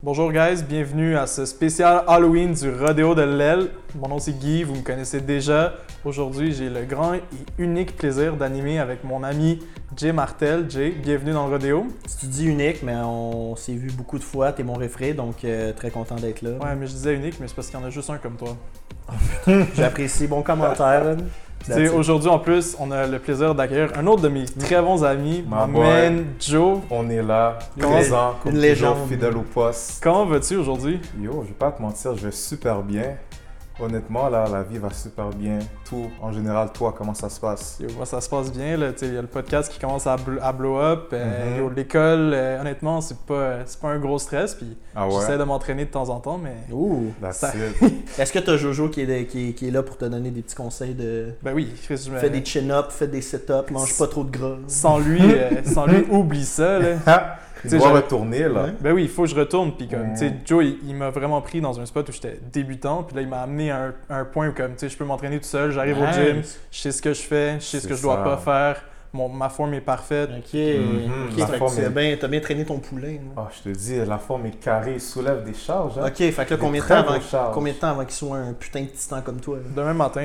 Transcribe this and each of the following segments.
Bonjour guys, bienvenue à ce spécial Halloween du Rodéo de l'Aile. Mon nom c'est Guy, vous me connaissez déjà. Aujourd'hui, j'ai le grand et unique plaisir d'animer avec mon ami Jay Martel. Jay, bienvenue dans le Rodéo. Tu dis unique, mais on s'est vu beaucoup de fois, t'es mon référé, donc très content d'être là. Ouais, mais je disais unique, mais c'est parce qu'il y en a juste un comme toi. J'apprécie, bon commentaire. Aujourd'hui, en plus, on a le plaisir d'accueillir un autre de mes très bons amis, my man Joe. On est là, Comment- présent, comme une toujours, légende. fidèle au poste. Comment vas-tu aujourd'hui? Yo, je vais pas te mentir, je vais super bien. Honnêtement, là, la vie va super bien. Tout, en général, toi, comment ça se passe? Yo, moi, ça se passe bien. Il y a le podcast qui commence à blow up. Mhm. Yo, l'école, honnêtement, c'est pas un gros stress. Puis Ah ouais? j'essaie de m'entraîner de temps en temps, mais Ouh! That's ça- it. Est-ce que t'as Jojo qui est là pour te donner des petits conseils de... ben oui, Chris, Fais des chin-ups, fais des sit-ups, mange pas trop de gras. sans lui, oublie ça. Là. Tu sais, dois j'avais- retourner, là. Ouais. Ben oui, il faut que je retourne. Puis comme, Mhm. tu sais, Joe, il m'a vraiment pris dans un spot où j'étais débutant. Puis là, il m'a amené à un point où, comme, tu sais, je peux m'entraîner tout seul. J'arrive au gym, Nice. je sais ce que je fais, je sais ce que C'est je dois ça. pas faire. Ma forme est parfaite. Ok, Mhm. ok, La fait que forme t'as bien traîné ton poulain. là. Oh, je te dis, la forme est carrée, il soulève des charges. Hein? Ok, fait que là, Des combien de très temps grosses charges. qu'il soit un putain de titan comme toi? là? Demain matin,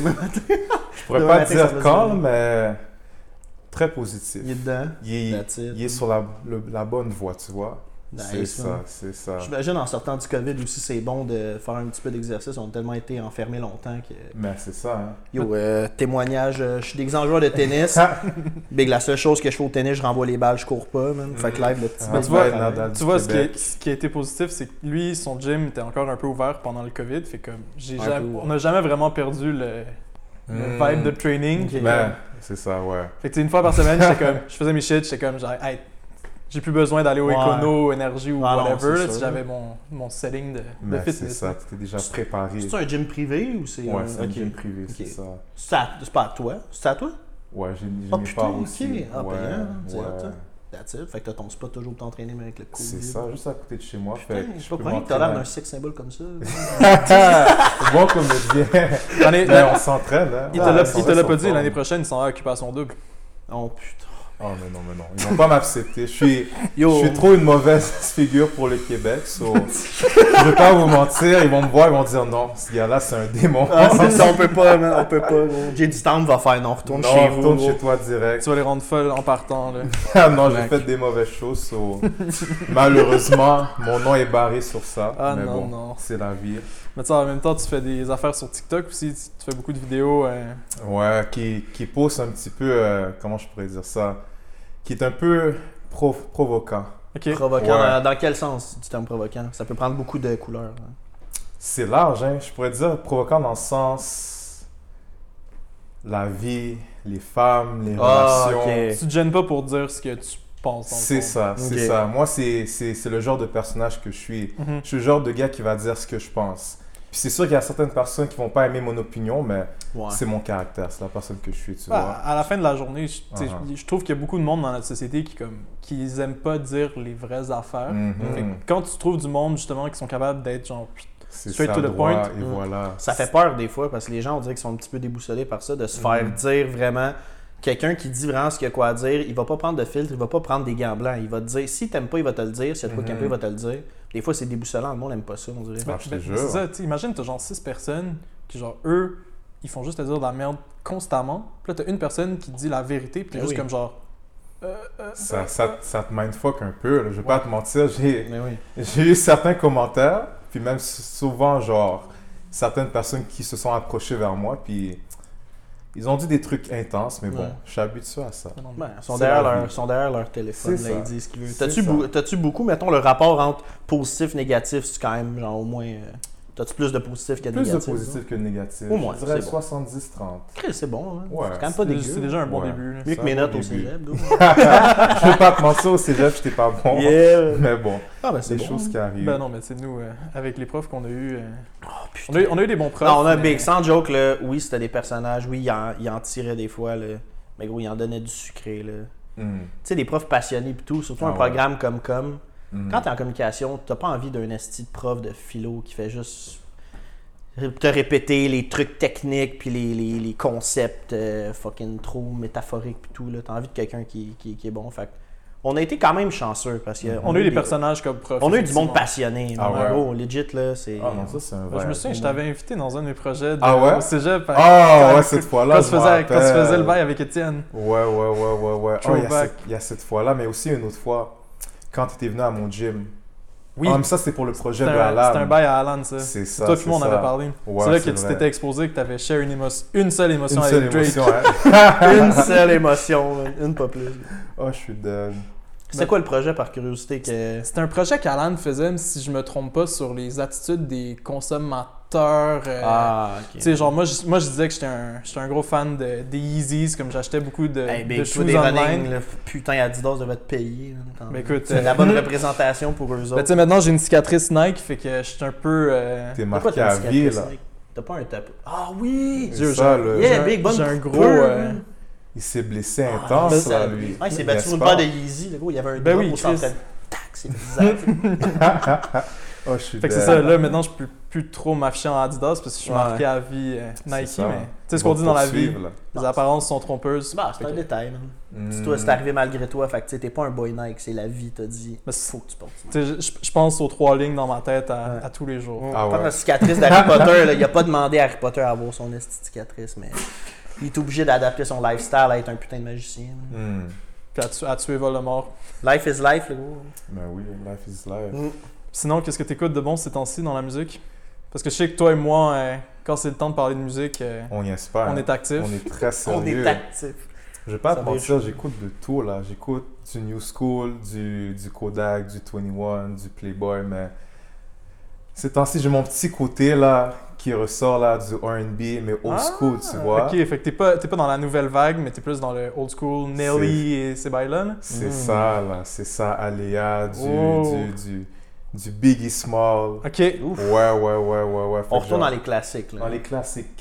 Je pourrais Demain pas matin, dire ça va quand, se mais très positif. Il est dedans. Il That's it. est sur la bonne voie, tu vois. C'est Nice, ça, man. c'est ça. J'imagine en sortant du COVID aussi, c'est bon de faire un petit peu d'exercice. On a tellement été enfermés longtemps que... Mais c'est ça, hein. Yo, témoignage, je suis des joueur de tennis. Big, la seule chose que je fais au tennis, je renvoie les balles, je cours pas, man. Fait que live, le petit Ah, bel tu vois, travail. Nadal tu du vois ce Québec. qui a été positif, c'est que lui, son gym était encore un peu ouvert pendant le COVID. Fait comme, Un peu, ouais. on n'a jamais vraiment perdu le Hmm. vibe de training. Ok. Ben, c'est ça, ouais. Fait que tu sais, une fois par semaine, je faisais mes shit, j'étais comme genre, hey, j'ai plus besoin d'aller au Ouais. Econo, Énergie ou Ah non, whatever, c'est là, si sûr. j'avais mon setting de Mais c'est fitness. ça, tu t'es déjà préparé. C'est-tu un gym privé ou c'est... Ouais, c'est un ok. gym privé, Ok. c'est ça. C'est pas à toi? C'est à toi? Ouais, j'ai Ah, mes putain, parts ok. aussi. Ah, ouais, payant, c'est hot, ouais. ça. That's it. Fait que t'as ton spot toujours pour t'entraîner mais avec le Covid. C'est ça, juste à côté de chez moi. Putain, Fait que je je peux peux pas croire que t'as l'air d'un m'entraîner. sex symbol comme ça. Bon comédien. L'année- Mais on s'entraîne, hein. Il te Ouais, l'a on il te l'a reste pas en dit, forme. l'année prochaine, il s'en va à Occupation Double. Oh putain. Oh, mais non. Ils vont pas m'accepter. Je Yo, suis trop une mauvaise figure pour le Québec. So, je vais pas vous mentir. Ils vont me voir, ils vont dire non, ce gars-là, c'est un démon. ah, c'est ça, on peut pas, man, on peut pas. J'ai du temps, va faire non, retourne Non, chez vous. retourne gros. chez toi direct. Tu vas les rendre folles en partant. Là. Ah non, j'ai Mec. fait des mauvaises choses. So, malheureusement, mon nom est barré sur ça. Ah, mais non, bon, non. c'est la vie. Mais tu sais, en même temps, tu fais des affaires sur TikTok aussi, tu fais beaucoup de vidéos. Ouais, qui pousse un petit peu, comment je pourrais dire ça, qui est un peu provoquant. Ok. Provoquant, Ouais. dans quel sens du terme provoquant? Ça peut prendre beaucoup de couleurs. hein. C'est large, hein. Je pourrais dire provoquant dans le sens la vie, les femmes, les Ah, relations. ok. Tu te gênes pas pour dire ce que tu penses. dans le C'est fond. ça, c'est Ok. ça. Moi, c'est le genre de personnage que je suis. Mhm. Je suis le genre de gars qui va dire ce que je pense. Puis c'est sûr qu'il y a certaines personnes qui vont pas aimer mon opinion, mais Ouais. c'est mon caractère, c'est la personne que je suis, tu Bah, vois. à la fin de la journée, tu sais, Uh-huh. je trouve qu'il y a beaucoup de monde dans notre société qui aiment pas dire les vraies affaires. Mhm. Fait que quand tu trouves du monde justement qui sont capables d'être genre C'est straight ça, to the droit, point. et voilà. Ça fait peur des fois parce que les gens, on dirait qu'ils sont un petit peu déboussolés par ça, de se faire dire vraiment. Quelqu'un qui dit vraiment ce qu'il y a quoi à dire, il va pas prendre de filtre, il va pas prendre des gants blancs. Il va te dire, si t'aimes pas, il va te le dire. Si t'as pas qu'il aime pas, il va te le dire. Des fois, c'est déboussolant, le monde n'aime pas ça, on dirait. Ah, je te jure. C'est ça, tu sais, imagine, t'as genre 6 personnes qui, genre, eux, ils font juste te dire de la merde constamment. Puis là, t'as une personne qui dit la vérité, puis t'es Ben juste oui. comme genre. Ça te mindfuck un peu, là. Je vais pas te mentir, Mais oui. j'ai eu certains commentaires, puis même souvent, genre, certaines personnes qui se sont approchées vers moi, puis ils ont dit des trucs intenses, mais bon, Ouais. je suis habitué à ça. Ben, ils sont C'est derrière la leur, vie. sont derrière leur téléphone, C'est là, ça. ils disent ce qu'ils veulent. C'est T'as-tu, ça. t'as-tu beaucoup, mettons, le rapport entre positif et négatif, c'est quand même, genre, au moins. T'as-tu plus de positif que de Plus de négatif? positif que de négatif. Au moins, Je dirais c'est bon. 70-30. Chris, c'est bon, hein? Ouais, C'est quand même pas dégueu. C'est déjà un bon Ouais. début. là. Mieux C'est que un mes bon notes au début. cégep, gros. Je vais pas te mentir, au cégep, j'étais pas bon. Yeah! Mais bon, Ah, ben c'est des bon. choses qui arrivent. Ben non, mais c'est nous, avec les profs qu'on a eu. Oh, putain. On a eu des bons profs. Non, on a mais- Big, sans joke, là, oui, c'était des personnages, oui, il en tirait des fois, là, mais gros, il en donnait du sucré, là. Hmm. Tu sais, des profs passionnés pis tout, surtout Ah un ouais. programme comme. Hmm. Quand t'es en communication, t'as pas envie d'un esti de prof de philo qui fait juste te répéter les trucs techniques puis les concepts fucking trop métaphoriques pis tout, là. T'as envie de quelqu'un qui est bon, fait que On a été quand même chanceux parce On a eu des personnages comme prof. On a eu du monde effectivement. passionné. Ah ouais. Gros, legit, là, c'est... Ah non, ça c'est un vrai. Je me souviens, je t'avais invité dans un de mes projets Ah ouais? au cégep. Ah ouais, cette fois-là. Quand je tu me faisais rappelle. le bail avec Étienne. Ouais. Oh, Throwback. il y a cette fois-là, mais aussi une autre fois, quand tu étais venu à mon gym. Oui. Ah, mais ça, c'est pour le projet C'était de Alan. c'était un bail à Alan, ça. C'est ça. Toi, tout le monde en ça. avait parlé. Ouais, c'est là que tu vrai. t'étais exposé, que tu avais share une seule émotion Une avec seule Drake. émotion, hein. Une seule émotion, une pas plus. Oh, je suis dead. C'était quoi le projet, par curiosité? Que... C'est un projet qu'Alan faisait, si je me trompe pas, sur les attitudes des consommateurs. ok. Tu sais, genre, moi, je disais que j'étais un gros fan des Yeezys, comme j'achetais beaucoup de Big, de toi, shoes des online. running, là, putain, Adidas devait te payer. Mais écoute, c'est de la bonne représentation pour eux Ben, autres. tu sais, maintenant, j'ai une cicatrice Nike, fait que je suis un peu... T'es Pourquoi marqué t'as à une vie, cicatrice, là. mec? T'as pas un tape. Ah oui! C'est Dieu, ça, j'ai- le- Yeah, j'ai- big, bonne j'ai un gros... coupure. Il s'est blessé Ah, intense, ça- là, lui. Ah, il s'est battu N'est-ce sur une pas? paire de Yeezy, le gros. Il y avait un Ben drop oui, au centre. Chris. Tac, c'est bizarre. Oh, je suis Fait que c'est dead. ça, là, maintenant, je peux plus trop m'afficher en Adidas parce que je suis Ouais. marqué à vie C'est Nike, ça. mais tu sais ce Ils qu'on vont dit dans la vie, poursuivre, là. les apparences sont trompeuses. Bah, c'est un Fait que- détail. Mm. Si toi, c'est arrivé malgré toi, fait que tu sais, t'es pas un boy Nike, c'est la vie, t'as dit. Mais c'est- Faut que tu portes ça. Tu sais, je pense aux 3 lignes dans ma tête Ouais. à tous les jours. Ah Pas ouais. la cicatrice d'Harry Potter, là, il a pas demandé à Harry Potter à avoir son esti de cicatrice, mais il est obligé d'adapter son lifestyle à être un putain de magicien. Mm. Puis à tuer Voldemort. Life is life, le gros. Ben oui, life is life. Mm. Sinon, qu'est-ce que t'écoutes de bon ces temps-ci dans la musique? Parce que je sais que toi et moi, quand c'est le temps de parler de musique, On y espère. on est actifs. On est très On sérieux. est actif. Je vais pas Ça te va mentir, être- j'écoute de tout là. J'écoute du New School, du Kodak, du 21, du Playboy, mais ces temps-ci, j'ai mon petit côté là qui ressort là du R&B, mais old school, tu vois. Ok, fait que t'es pas dans la nouvelle vague, mais t'es plus dans le old school Nelly et ces bails-là. Là. C'est Mm. ça là, c'est ça, Aléa, Oh. du Biggie Small. Ok. Ouf. Ouais. Fait On que retourne genre, dans les classiques. Là. dans les classiques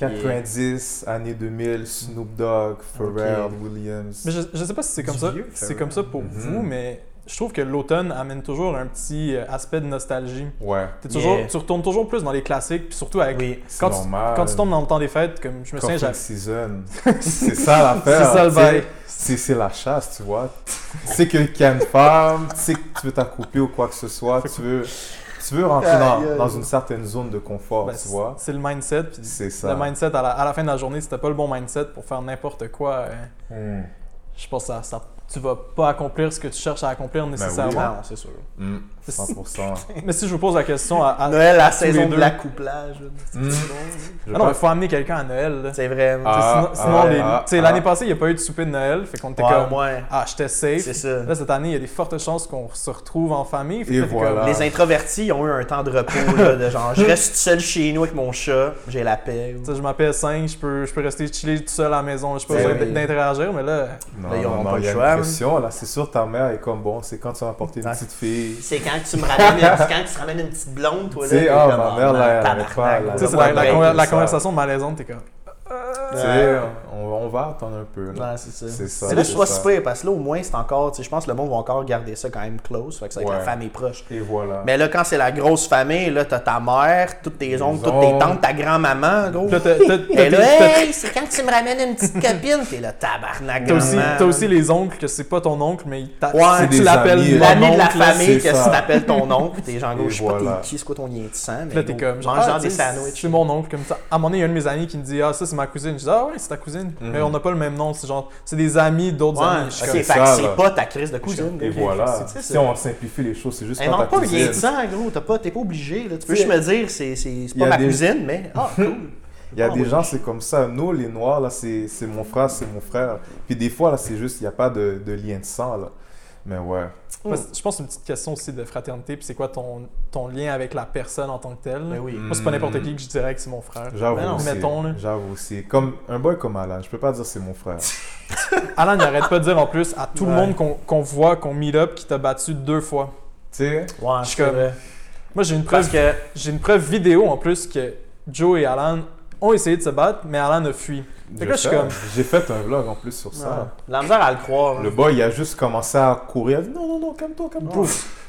90, années 2000, Snoop Dogg, Pharrell Williams. Mais je sais pas si c'est comme Du ça. vieux, C'est comme ça pour Mhm. vous, mais je trouve que l'automne amène toujours un petit aspect de nostalgie. Ouais, Yeah. Tu retournes toujours plus dans les classiques, puis surtout avec Oui. c'est quand tu- normal. quand tu tombes dans le temps des fêtes, comme je me souviens, Coffee j'avais. season. C'est ça l'affaire. C'est ça le tu sais. bail. C'est la chasse, tu vois. Tu sais qu'il y a une femme, tu sais que tu veux t'accoupler ou quoi que ce soit, tu veux rentrer dans une certaine zone de confort, Ben, tu vois. C'est le mindset. Puis C'est ça. le mindset, à la fin de la journée, si t'as pas le bon mindset pour faire n'importe quoi, Mm. je pense que tu vas pas accomplir ce que tu cherches à accomplir nécessairement. Non, c'est sûr. Mm. 100%. Mais si je vous pose la question à Noël, la tous saison les de deux. l'accouplage. là. Mm. Je Ah non, pense- il faut amener quelqu'un à Noël. Là. C'est vrai. Ah, Sinon, ah, l'année ah. passée, il n'y a pas eu de souper de Noël. Fait qu'on était Ouais, comme, ouais. ah, j'étais safe. C'est ça. Là, cette année, il y a des fortes chances qu'on se retrouve en famille. Fait que Et là, t'es voilà. Les introvertis ils ont eu un temps de repos, là, de genre, je reste seul chez nous avec mon chat, j'ai la paix. Tu sais, je m'appelle 5, je peux rester chiller tout seul à la maison. Je pas Ben besoin oui. d'interagir, mais là, Non, Là, ils auront non, pas non, le il y a choix, une pression, là. C'est sûr, ta mère est comme, bon, c'est quand tu vas apporter une Ouais. petite fille. C'est quand tu me ramènes, une petite blonde, toi, là. Tu sais, t'es ah, comme, ma mère, là, elle tabarnak, arrête pas, là. tu sais, c'est Ouais, la ça. conversation malaisante, t'es comme. Tu sais, on va attendre un peu, là. Ouais, c'est ça. C'est ça, Mais là, je c'est suis pas ça. si pire parce que là, au moins, c'est encore, tu sais, je pense que le monde va encore garder ça quand même close, fait que c'est avec Ouais. la famille proche. Et voilà. Mais là, quand c'est la grosse famille, là, t'as ta mère, toutes tes oncles, toutes tes oncles. tantes, ta grand-maman, gros. Puis là, Et là, t'as- hey, c'est quand tu me ramènes une petite copine, t'es là, tabarnak, t'as grand-mère. aussi les oncles que c'est pas ton oncle, mais Ouais, c'est tu des l'appelles amis, mon l'ami de la oncle, là, famille que c'est si ça. t'appelles ton oncle, t'es genre, gros, Et je sais pas voilà. t'es qui, c'est quoi ton lien de sang, mais Puis là, t'es gros, comme, mange genre tu des sais, sandwichs. c'est mon oncle, comme ça. À un moment donné, il y a un de mes amis qui me dit, ah, ça, c'est ma cousine. Je dis, ah, ouais, c'est ta cousine. Mhm. Mais on n'a pas le même nom. C'est genre, c'est des amis d'autres Ouais, amis. Je suis ok, comme, fait ça, que là. c'est pas ta crise de cousine. Et ok, voilà. c'est Si on simplifie les choses, c'est juste pas Invente ta pas un lien de cousine. sang, gros, t'es pas obligé, là. Tu peux Tu sais, juste me dire, c'est y pas a ma des- cousine, mais, ah, cool. Il y a Ah, des oui. gens, c'est comme ça. Nous, les Noirs, là, c'est mon frère, c'est mon frère. Puis des fois, là, c'est juste, il n'y a pas de lien de sang, là. Mais ouais. Moi, je pense que c'est une petite question aussi de fraternité. Puis c'est quoi ton lien avec la personne en tant que telle? Mais oui. Moi, c'est pas n'importe qui que je dirais que c'est mon frère. J'avoue Ben non, aussi. mettons, là. J'avoue aussi. Comme un boy comme Alan, je peux pas dire c'est mon frère. Alan, il arrête pas de dire en plus à tout le Ouais. monde qu'on voit, qu'on meet up, qui t'a battu 2 fois. Tu sais? Ouais, Je suis c'est comme- vrai. Moi, Parce que, j'ai une preuve vidéo en plus que Joe et Alan ont essayé de se battre, mais Alan a fui. Fait que là, je suis comme. J'ai fait un vlog en plus sur ça. la misère à le croire. Le boy, il a juste commencé à courir. Il a dit non, calme-toi. Bro,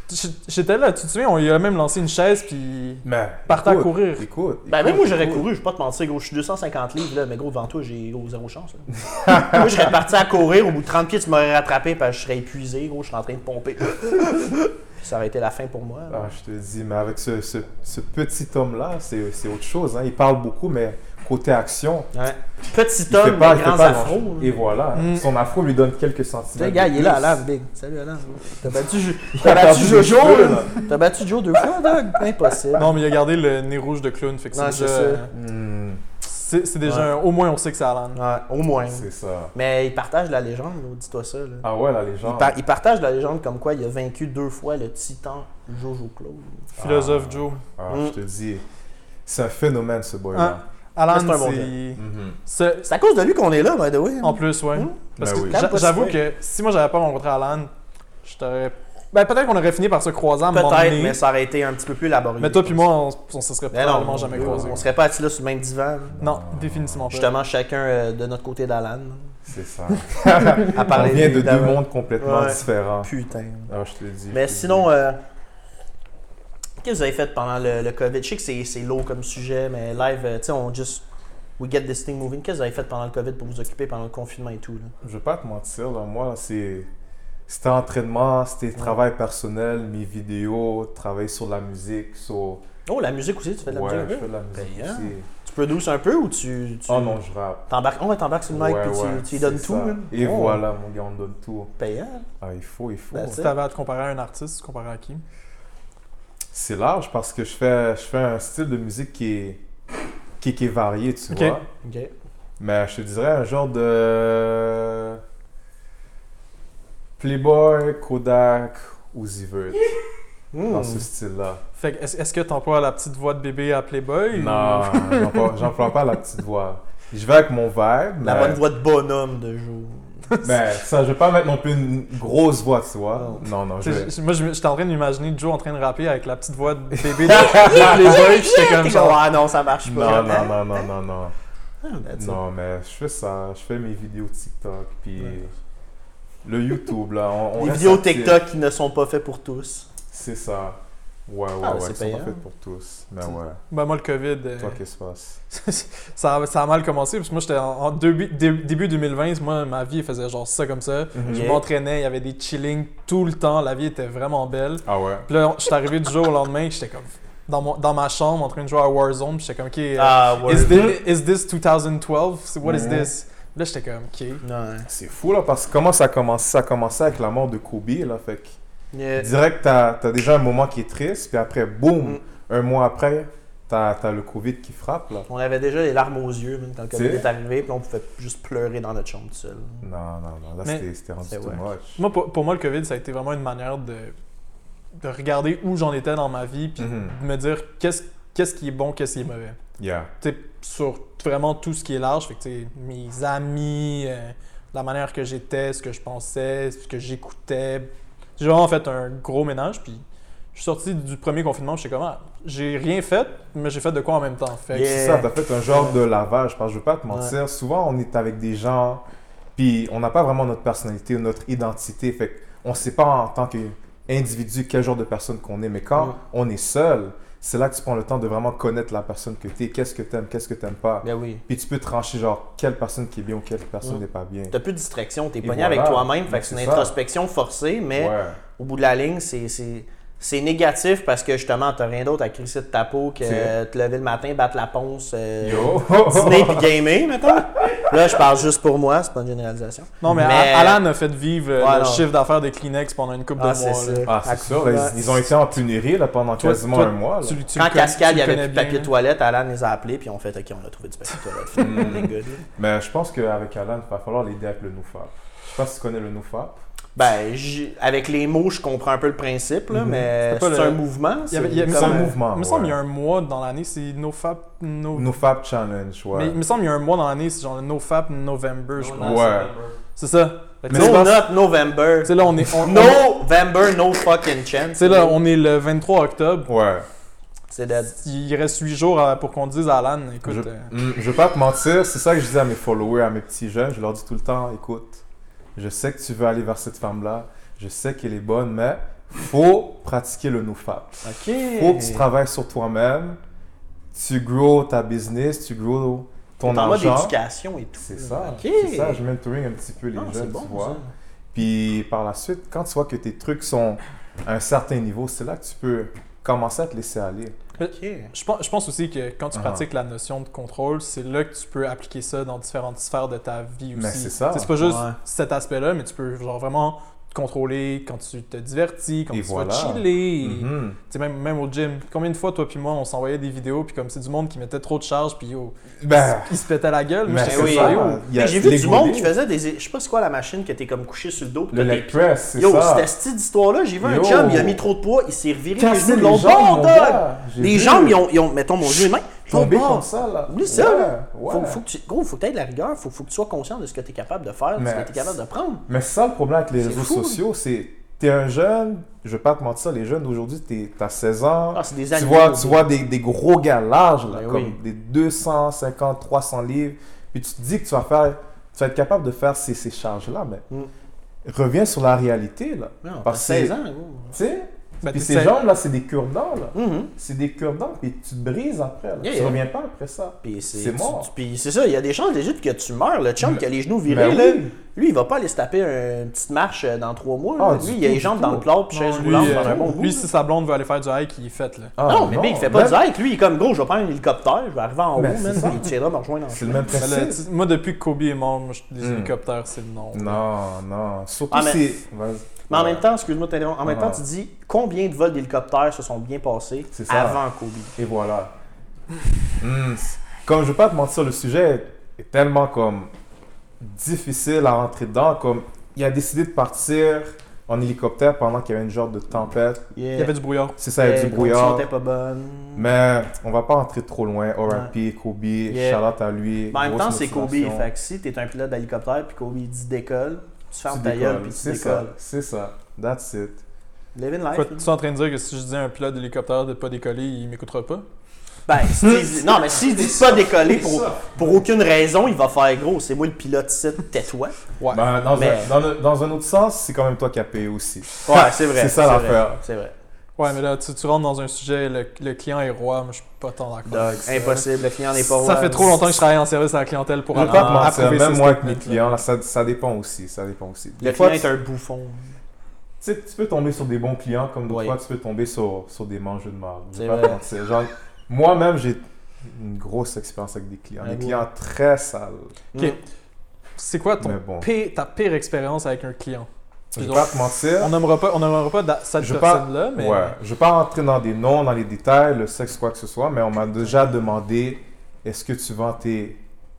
J'étais là, tu te souviens, on lui a même lancé une chaise, puis Mais. partait à écoute, courir. Écoute. Ben, même écoute, moi, j'aurais écoute. couru, je vais pas te mentir, gros. Je suis 250 livres, là, mais gros, devant toi, j'ai gros, zéro chance. Là. Moi, je serais parti à courir, au bout de 30 pieds, tu m'aurais rattrapé, parce que je serais épuisé, gros, je serais en train de pomper. Ça aurait été la fin pour moi. Là. Ah, je te dis, mais avec ce petit homme-là, c'est autre chose. Hein. Il parle beaucoup, mais côté action, Ouais. Petit il homme, fait pas, mais il fait grands pas afros. grand-chose. Et voilà. Son afro lui donne quelques Tu centimètres. sais, gars, il est de là, plus. Alan, Big. Salut, Alan. T'as battu, a perdu des Jojo, cheveux, là. là. T'as battu Joe 2 fois, Doug? Impossible. Non, mais il a gardé le nez rouge de clown, fait que Non, c'est c'est déjà... ça. C'est déjà Ouais. au moins on sait que c'est Alan. Ouais, au moins. C'est ça. Mais il partage la légende, là, dis-toi ça. Là. Ah ouais, la légende. Il partage la légende comme quoi il a vaincu 2 fois le titan Jojo Claude. Philosophe Joe. Ah, je te dis, c'est un phénomène, ce boy-là. Ah, Alan, C'est un bon c'est... Mhm. C'est à cause de lui qu'on est là, by the way. En plus, ouais. Mm. Parce Ben que oui. j'avoue que si moi j'avais pas rencontré Alan, je t'aurais... Ben peut-être qu'on aurait fini par se croiser à un moment Peut-être, donné. mais ça aurait été un petit peu plus laborieux. Mais toi puis moi, on se serait Mais probablement non, jamais on croisés. serait pas assis là sur le même divan. là. Non, définitivement pas. Justement, chacun de notre côté d'Alan. C'est ça. À On parler vient de deux d'avant. mondes complètement Ouais. différents. Putain. Ah, je te le dis. Mais je te le sinon, dis. qu'est-ce que vous avez fait pendant le COVID? Je sais que c'est lourd comme sujet, mais live, tu sais, on just. We get this thing moving. Qu'est-ce que vous avez fait pendant le COVID pour vous occuper pendant le confinement et tout? Là? Je vais pas te mentir, là, moi, c'était entraînement, c'était travail personnel, mes vidéos, travailler sur la musique, sur... Oh, la musique aussi, tu fais de la Ouais, musique? je un peu? fais de la musique Payant. aussi. Tu produces un peu ou tu Oh non, je rappe. t'embarques, oh, ouais, t'embarques sur le mic Ouais, puis ouais, tu y c'est donnes ça. tout? man? Et Oh, voilà, mon gars, on donne tout. Payant. Ah, il faut. Ben, Si t'avais à te comparer à un artiste, tu comparais à qui? C'est large parce que je fais un style de musique qui est varié, tu Ok. vois. OK. Mais je te dirais un genre de... Playboy, Kodak ou Zivert, dans ce style-là. Fait que est-ce que t'emploies la petite voix de bébé à Playboy? ou- Non, j'emploie pas la petite voix. Je vais avec mon vibe, La mais, bonne voix de bonhomme de jour. mais ça, je vais pas mettre non plus une grosse voix, tu vois. Non, Tu je sais, vais... moi, j'étais en train d'imaginer Joe en train de rapper avec la petite voix de bébé de Playboy, puis j'étais comme genre... Ah non, ça marche pas. Non. Ah, that's it. Non, mais je fais ça. Je fais mes vidéos TikTok, puis le YouTube, là. On Les reste vidéos actif. TikTok qui ne sont pas faites pour tous. C'est ça. Ouais, Ah, ouais, c'est ils sont payant. pas faits pour tous. Mais ouais. Ben moi, le COVID, Toi, qu'est-ce qui se passe? ça a mal commencé, parce que moi, j'étais en début 2020, moi, ma vie, elle faisait genre ça comme ça. Je Yeah. m'entraînais, il y avait des chillings tout le temps, la vie était vraiment belle. Ah ouais? Puis là, je suis arrivé du jour au lendemain, j'étais comme dans ma chambre en train de jouer à Warzone, puis j'étais comme, OK, Ah, ouais. is this 2012? What is this? Là, j'étais comme, OK. Ouais. C'est fou, là, parce que comment ça a commencé? Ça a commencé avec la mort de Kobe, là. Fait que Yeah. direct, t'as déjà un moment qui est triste, puis après, boum, Mm. un mois après, t'as le Covid qui frappe, là. On avait déjà les larmes aux yeux même quand le COVID Tu sais. est arrivé, puis on pouvait juste pleurer dans notre chambre tout seul. Non. Là, Mais- c'était rendu C'est too ouais. much. Moi, pour moi, le COVID, ça a été vraiment une manière de regarder où j'en étais dans ma vie, puis Mhm. de me dire qu'est-ce qui est bon, qu'est-ce qui est mauvais. Yeah. Tu sais, sur vraiment tout ce qui est large, fait que, tu sais, mes amis, la manière que j'étais, ce que je pensais, ce que j'écoutais. J'ai vraiment fait un gros ménage, puis je suis sorti du premier confinement, j'étais comme, j'ai rien fait, mais j'ai fait de quoi en même temps. Fait que- Yeah. C'est ça, t'as fait un genre de lavage, parce que je veux pas te mentir, souvent on est avec des gens, puis on n'a pas vraiment notre personnalité ou notre identité, fait qu'on sait pas en tant qu'individu quel genre de personne qu'on est, mais quand on est seul, c'est là que tu prends le temps de vraiment connaître la personne que tu es, qu'est-ce que tu aimes, qu'est-ce que tu n'aimes pas, Ben oui. puis tu peux trancher genre quelle personne qui est bien ou quelle personne n'est pas bien. T'as plus de distraction, t'es Et pogné voilà. avec toi-même, fait Mais que c'est une c'est ça. introspection forcée, mais Ouais. au bout de la ligne, c'est négatif parce que justement, t'as rien d'autre à crisser de ta peau que C'est- te lever le matin, battre la ponce, Yo! dîner puis gamer, mettons. Là, je parle juste pour moi, c'est pas une généralisation. Non, mais, Mais- Alan a fait vivre Ouais, le non. chiffre d'affaires des Kleenex pendant une couple Ah, de c'est mois. ça. là. Ah, c'est sûr, ils ont été en pénurie là, pendant Toi- quasiment toi, un mois. Là. Tu Quand le Cascade, il tu y le avait connais plus de papier bien, de toilette, Alan les a appelés, puis on fait OK, on a trouvé du papier de toilette. Finalement, on est good, là. Mais je pense qu'avec Alan, il va falloir l'aider avec le NoFap. Je sais pas si tu connais le NoFap. Ben, avec les mots, je comprends un peu le principe, là, mais C'était pas c'est le- un mouvement. Il y avait- il y avait- C'est comme- un mouvement. Il me semble ouais. qu'il y a un mois dans l'année, c'est NoFap. NoFap Challenge, ouais. Mais il me semble qu'il y a un mois dans l'année, c'est genre le NoFap November, je pense. Ouais. C'est ça. Fait que Mais tu sais, No là, not November. tu sais, là, on est. November, no fucking chance. Tu sais, là, on est le 23 octobre. Ouais. C'est dead. Il reste 8 jours pour qu'on dise à Alan, écoute. Je veux pas te mentir, c'est ça que je dis à mes followers, à mes petits jeunes. Je leur dis tout le temps, écoute, je sais que tu veux aller vers cette femme-là, je sais qu'elle est bonne, mais faut pratiquer le NoFap. OK. Faut que tu travailles sur toi-même, tu grow ta business, tu grow ton en mode argent. éducation et tout. C'est ça. OK. C'est ça, je mentoring un petit peu les Non, c'est jeunes, bon, tu vois. ça. Puis par la suite, quand tu vois que tes trucs sont à un certain niveau, c'est là que tu peux commencer à te laisser aller. OK. Je pense aussi que quand tu pratiques la notion de contrôle, c'est là que tu peux appliquer ça dans différentes sphères de ta vie aussi. Mais c'est ça. C'est pas juste Ouais. cet aspect-là, mais tu peux genre vraiment te contrôler quand tu te divertis, quand Et tu voilà. vas chiller. Mhm. Tu sais, même au gym. Combien de fois, toi puis moi, on s'envoyait des vidéos, puis comme c'est du monde qui mettait trop de charge, puis yo, Ben, il se pétait la gueule. Moi, mais j'étais c'est comme ça. yo. Il y a J'ai vu les du monde gourmets. qui faisait des. Je sais pas c'est quoi la machine que t'es comme couché sur le dos. puis Le t'as tes leg pieds. press, c'est Yo, ça. c'était cette histoire-là. J'ai vu un Yo. chum, il a mis trop de poids, il s'est reviré les Casser genoux de les l'autre jambes, bord, mon dog. gars. J'ai Les vu. jambes, ils ont mettons mon Dieu, main. Tomber comme ça, là. Oublie ça. Ouais. Faut que tu aies de la rigueur, faut que tu sois conscient de ce que tu es capable de faire, de ce que tu es capable de prendre. Mais c'est ça le problème avec les C'est réseaux fou. sociaux, c'est t'es un jeune, je vais pas te mentir, les jeunes d'aujourd'hui, t'as 16 ans, Ah, c'est des tu animaux. vois des gros gars larges, là, Ben comme oui. des 250, 300 livres, puis tu te dis que tu vas être capable de faire ces charges-là, mais reviens sur la réalité, là. Non, t'as Parce que 16 ans. Tu sais, Ben, puis t'es ces seize- jambes-là, c'est des cure-dents, là. Mhm. C'est des cure-dents, puis tu te brises après, là. Yeah, Tu yeah. reviens pas après ça. Puis C'est mort. Puis c'est ça, il y a des chances légit que tu meurs. Le chum Mais- qui a les genoux virés, Ben là, oui. lui, il va pas aller se taper une petite marche dans 3 mois. Ah, là. du Lui, il a tout, les jambes du dans tout. le plat, puis chaise Non, roulante lui, pendant un bon bout. lui, si sa blonde veut aller faire du hike, il est fait, là. Ah, non, mais mec, il fait pas même- du hike. Lui, il est comme gros, je vais prendre un hélicoptère, je vais arriver en haut, Mais man, c'est ça. puis tu viendras me rejoindre en C'est le même Mais là, principe. moi, depuis que Kobe est mort, moi, les hélicoptères, c'est le nom. Non. Surtout Ah, mais- si... Vas-y. Mais en Ouais. même temps, excuse-moi de t'interrompre, en même temps, Ah. tu dis combien de vols d'hélicoptères se sont bien passés C'est ça. avant Kobe. Et voilà. Comme je veux pas te mentir, le sujet est tellement comme difficile à rentrer dedans. Comme il a décidé de partir en hélicoptère pendant qu'il y avait une genre de tempête. Il y avait du brouillard. C'est ça, il y a Les du conditions brouillard. étaient pas bonnes. Mais on va pas rentrer trop loin. R.I.P. Kobe, shout-out à lui. Mais en même grosse temps, c'est Kobe. motivation. Fait que si t'es un pilote d'hélicoptère puis Kobe dit décolle, tu fermes Tu ta gueule décolles. puis tu C'est ça, décolles. c'est ça. That's it. Living life. Quoi, tu es en train de dire que si je dis à un pilote d'hélicoptère de pas décoller, il m'écoutera pas? Ben, non, mais s'il dit pas décoller pour aucune raison, il va faire gros. C'est moi le pilote ici, tais-toi. Ouais. Ben, Mais- dans un autre sens, c'est quand même toi qui as payé aussi. Ouais, c'est vrai. C'est ça vrai, l'affaire. C'est vrai. Ouais, mais là, tu rentres dans un sujet, le client est roi, moi je suis pas tant d'accord. Doug, impossible, le client n'est pas Ça roi. fait trop longtemps que je travaille en service à la clientèle pour Je vais pas te mentir, approuver même ces moi avec mes statements-là. clients, là, ça dépend aussi. Ça dépend aussi. Le Des fois, client est un bouffon. tu sais, tu peux tomber sur des bons clients, comme d'autres Oui. fois, tu peux tomber sur des mangeux de marde. Je C'est vais pas te vrai. mentir. Genre, moi-même, j'ai une grosse expérience avec des clients. Ah Des bon? clients très sales. Ok. C'est quoi Mais bon. ta pire expérience avec un client? Je vais pas te mentir. On nommera pas cette Je veux pas- personne-là, mais Ouais, je vais pas rentrer dans des noms, dans les détails, le sexe, quoi que ce soit, mais on m'a déjà demandé est-ce que tu vends tes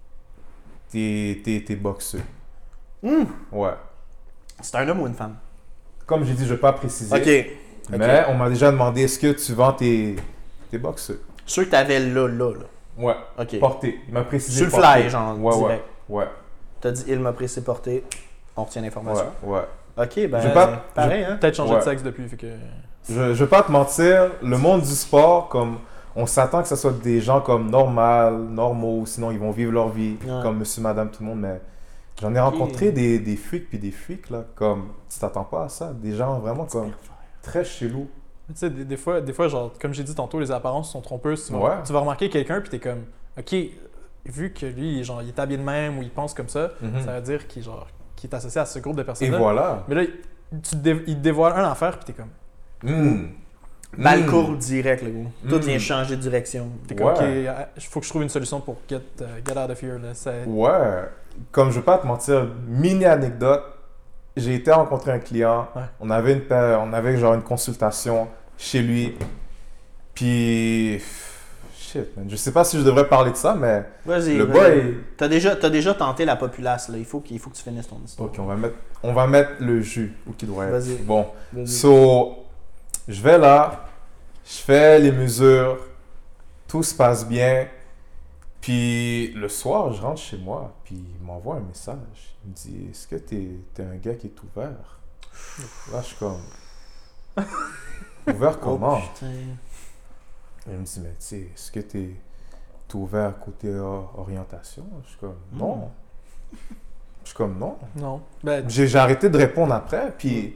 boxeux? Ouais. C'est un homme ou une femme? Comme j'ai dit, je vais pas préciser. Ok. Mais on m'a déjà demandé est-ce que tu vends tes boxeux? Sûr que t'avais là. Ouais. Ok. Porté. Il m'a précisé. Sur le porté. fly, genre, Ouais, direct. ouais. T'as dit il m'a pressé porter. On retient Ouais, l'information. ouais. Ok, ben. Je vais pas- pareil, hein? peut-être changé Ouais. de sexe depuis. Fait que... Je vais pas te mentir, le monde du sport, comme on s'attend que ce soit des gens comme normaux, sinon ils vont vivre leur vie Ouais. comme monsieur, madame, tout le monde, mais j'en ai rencontré des freaks puis des freaks, là, comme tu t'attends pas à ça, des gens vraiment comme très chelous. Tu sais, des fois, genre, comme j'ai dit tantôt, les apparences sont trompeuses. Tu vas, Ouais. tu vas remarquer quelqu'un, puis t'es comme, OK, vu que lui, genre, il est habillé de même ou il pense comme ça, ça veut dire qu'il est associé à ce groupe de Et personnes-là. voilà. Mais là, il te dévoile une affaire, puis t'es comme, Mal courbe direct, le gars. Tout Mm. vient changer de direction. t'es comme Ouais. OK, il faut que je trouve une solution pour get out of here. Là. Ouais. Comme je veux pas te mentir, mini anecdote, j'ai été rencontrer un client, Ouais. on avait genre une consultation chez lui, puis shit, man, je sais pas si je devrais parler de ça, mais Vas-y. le vas-y. boy, T'as déjà tenté la populace, là. Il faut que tu finisses ton histoire. ok, on va mettre le jus où qu'il doit être. Vas-y. Bon, Vas-y. so, je vais là, je fais les mesures, tout se passe bien, puis le soir, je rentre chez moi, puis il m'envoie un message. Il me dit, est-ce que t'es un gars qui est ouvert? Là, je suis comme, ouvert comment? Oh, putain. Il me dit, mais tu sais, est-ce que t'es ouvert côté orientation? Je suis comme, non. Je suis comme, non. Non. Ben, J'ai arrêté de répondre après, puis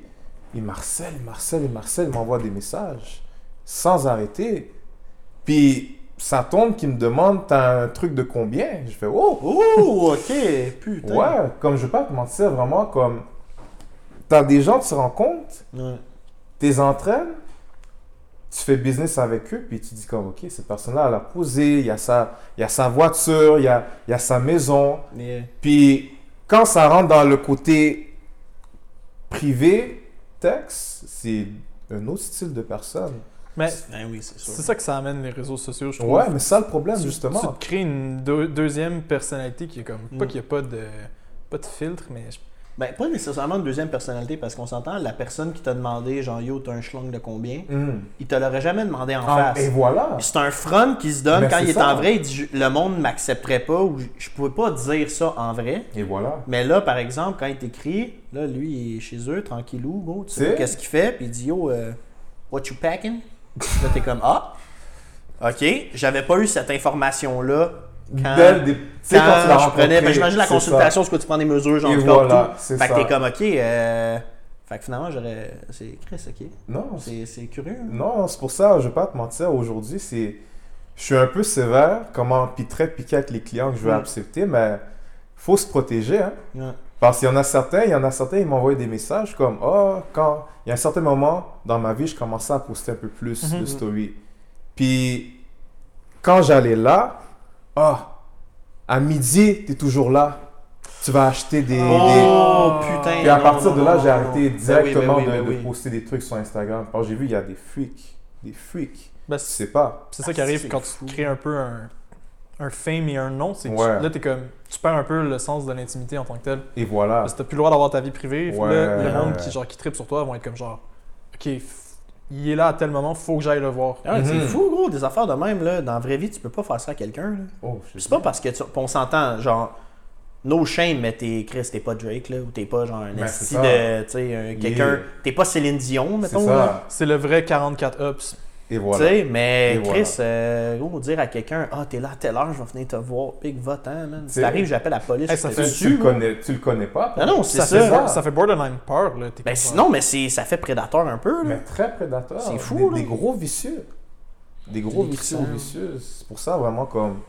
il m'harcèle, il m'envoie des messages sans arrêter. Puis ça tombe qu'il me demande t'as un truc de combien? Je fais oh! Oh, ok, putain. Ouais, comme je veux pas te mentir, vraiment comme t'as des gens, tu te rends compte, Ouais. t'es entraînes, tu fais business avec eux, puis tu dis comme ok, cette personne-là, elle a posé, il y a sa voiture, il y a sa maison. Yeah. Puis quand ça rentre dans le côté privé, texte, c'est un autre style de personne. Mais Ben oui, c'est sûr. c'est ça que ça amène les réseaux sociaux, je trouve. Ouais, mais c'est ça le problème, Tu justement. te crées une deuxième personnalité qui est comme. Pas qu'il n'y a pas de filtre, mais. Ben, pas nécessairement une deuxième personnalité, parce qu'on s'entend, la personne qui t'a demandé, genre, yo, t'as un schlong de combien, il te l'aurait jamais demandé en face. Et voilà. Puis c'est un front qui se donne Ben, quand c'est il est ça. en vrai. Il dit le monde m'accepterait pas ou je pouvais pas dire ça en vrai. Et voilà. Mais là, par exemple, quand il t'écrit, là, lui, il est chez eux, tranquillou, gros, tu sais C'est- qu'est-ce qu'il fait, puis il dit yo, what you packing? Là, t'es comme ah, ok, j'avais pas eu cette information-là. Quand, Tu sais, quand tu l'as je prenais, ben, j'imagine la c'est consultation, ce que tu prends des mesures, genre Et du corps, voilà, tout. c'est Fait que ça. t'es comme ok, fait que finalement c'est Chris, ok. ça. Non, C'est curieux. Hein? non, c'est pour ça, je vais pas te mentir, aujourd'hui, je suis un peu sévère, puis très piqué avec les clients que je veux accepter, mais faut se protéger, hein. Ouais. Parce qu'il y en a certains, ils m'envoient des messages comme quand il y a un certain moment dans ma vie, je commençais à poster un peu plus de stories. Puis quand j'allais là, à midi, tu es toujours là. Tu vas acheter Oh putain. Puis à non, partir non, de là, non, j'ai non, arrêté non. directement Ben oui, ben de oui. poster des trucs sur Instagram. Parce que j'ai vu, il y a des freaks. Des freaks. Ben, Tu sais pas. c'est ça qui arrive c'est quand fou. tu crées un peu un fame et un nom. C'est que Ouais. là, t'es comme. Tu perds un peu le sens de l'intimité en tant que tel. Et voilà. Parce que t'as plus le droit d'avoir ta vie privée. Ouais, Là, le monde ouais. qui trippe sur toi vont être comme genre. Ok, il est là à tel moment, faut que j'aille le voir. Ah, c'est Mhm. fou, gros, des affaires de même, là. Dans la vraie vie, tu peux pas faire ça à quelqu'un, là. Oh, je Puis c'est sais. pas parce que on s'entend, genre, no shame, mais t'es pas Drake, là, ou t'es pas genre un Ben, esti c'est ça. de, tu sais, quelqu'un, Yeah. t'es pas Céline Dion, C'est mettons, là. ça. C'est le vrai 44 ups. Et Tu voilà. sais, mais Et Chris, gros, dire à quelqu'un, t'es là à telle heure, je vais venir te voir, pis va-t'en, man. Si T'sais, t'arrives, j'appelle la police. hey, ça je fait- te Tu tue, le gros. tu le connais pas. Non, non, c'est Ça ça. fait, ça. ça fait borderline peur, là. T'es Ben comme sinon, mais ça fait prédateur un peu, là. Mais très prédateur. C'est fou, Des là. gros vicieux. Des gros Des vicieux crissons. vicieux. C'est pour ça, vraiment, comme.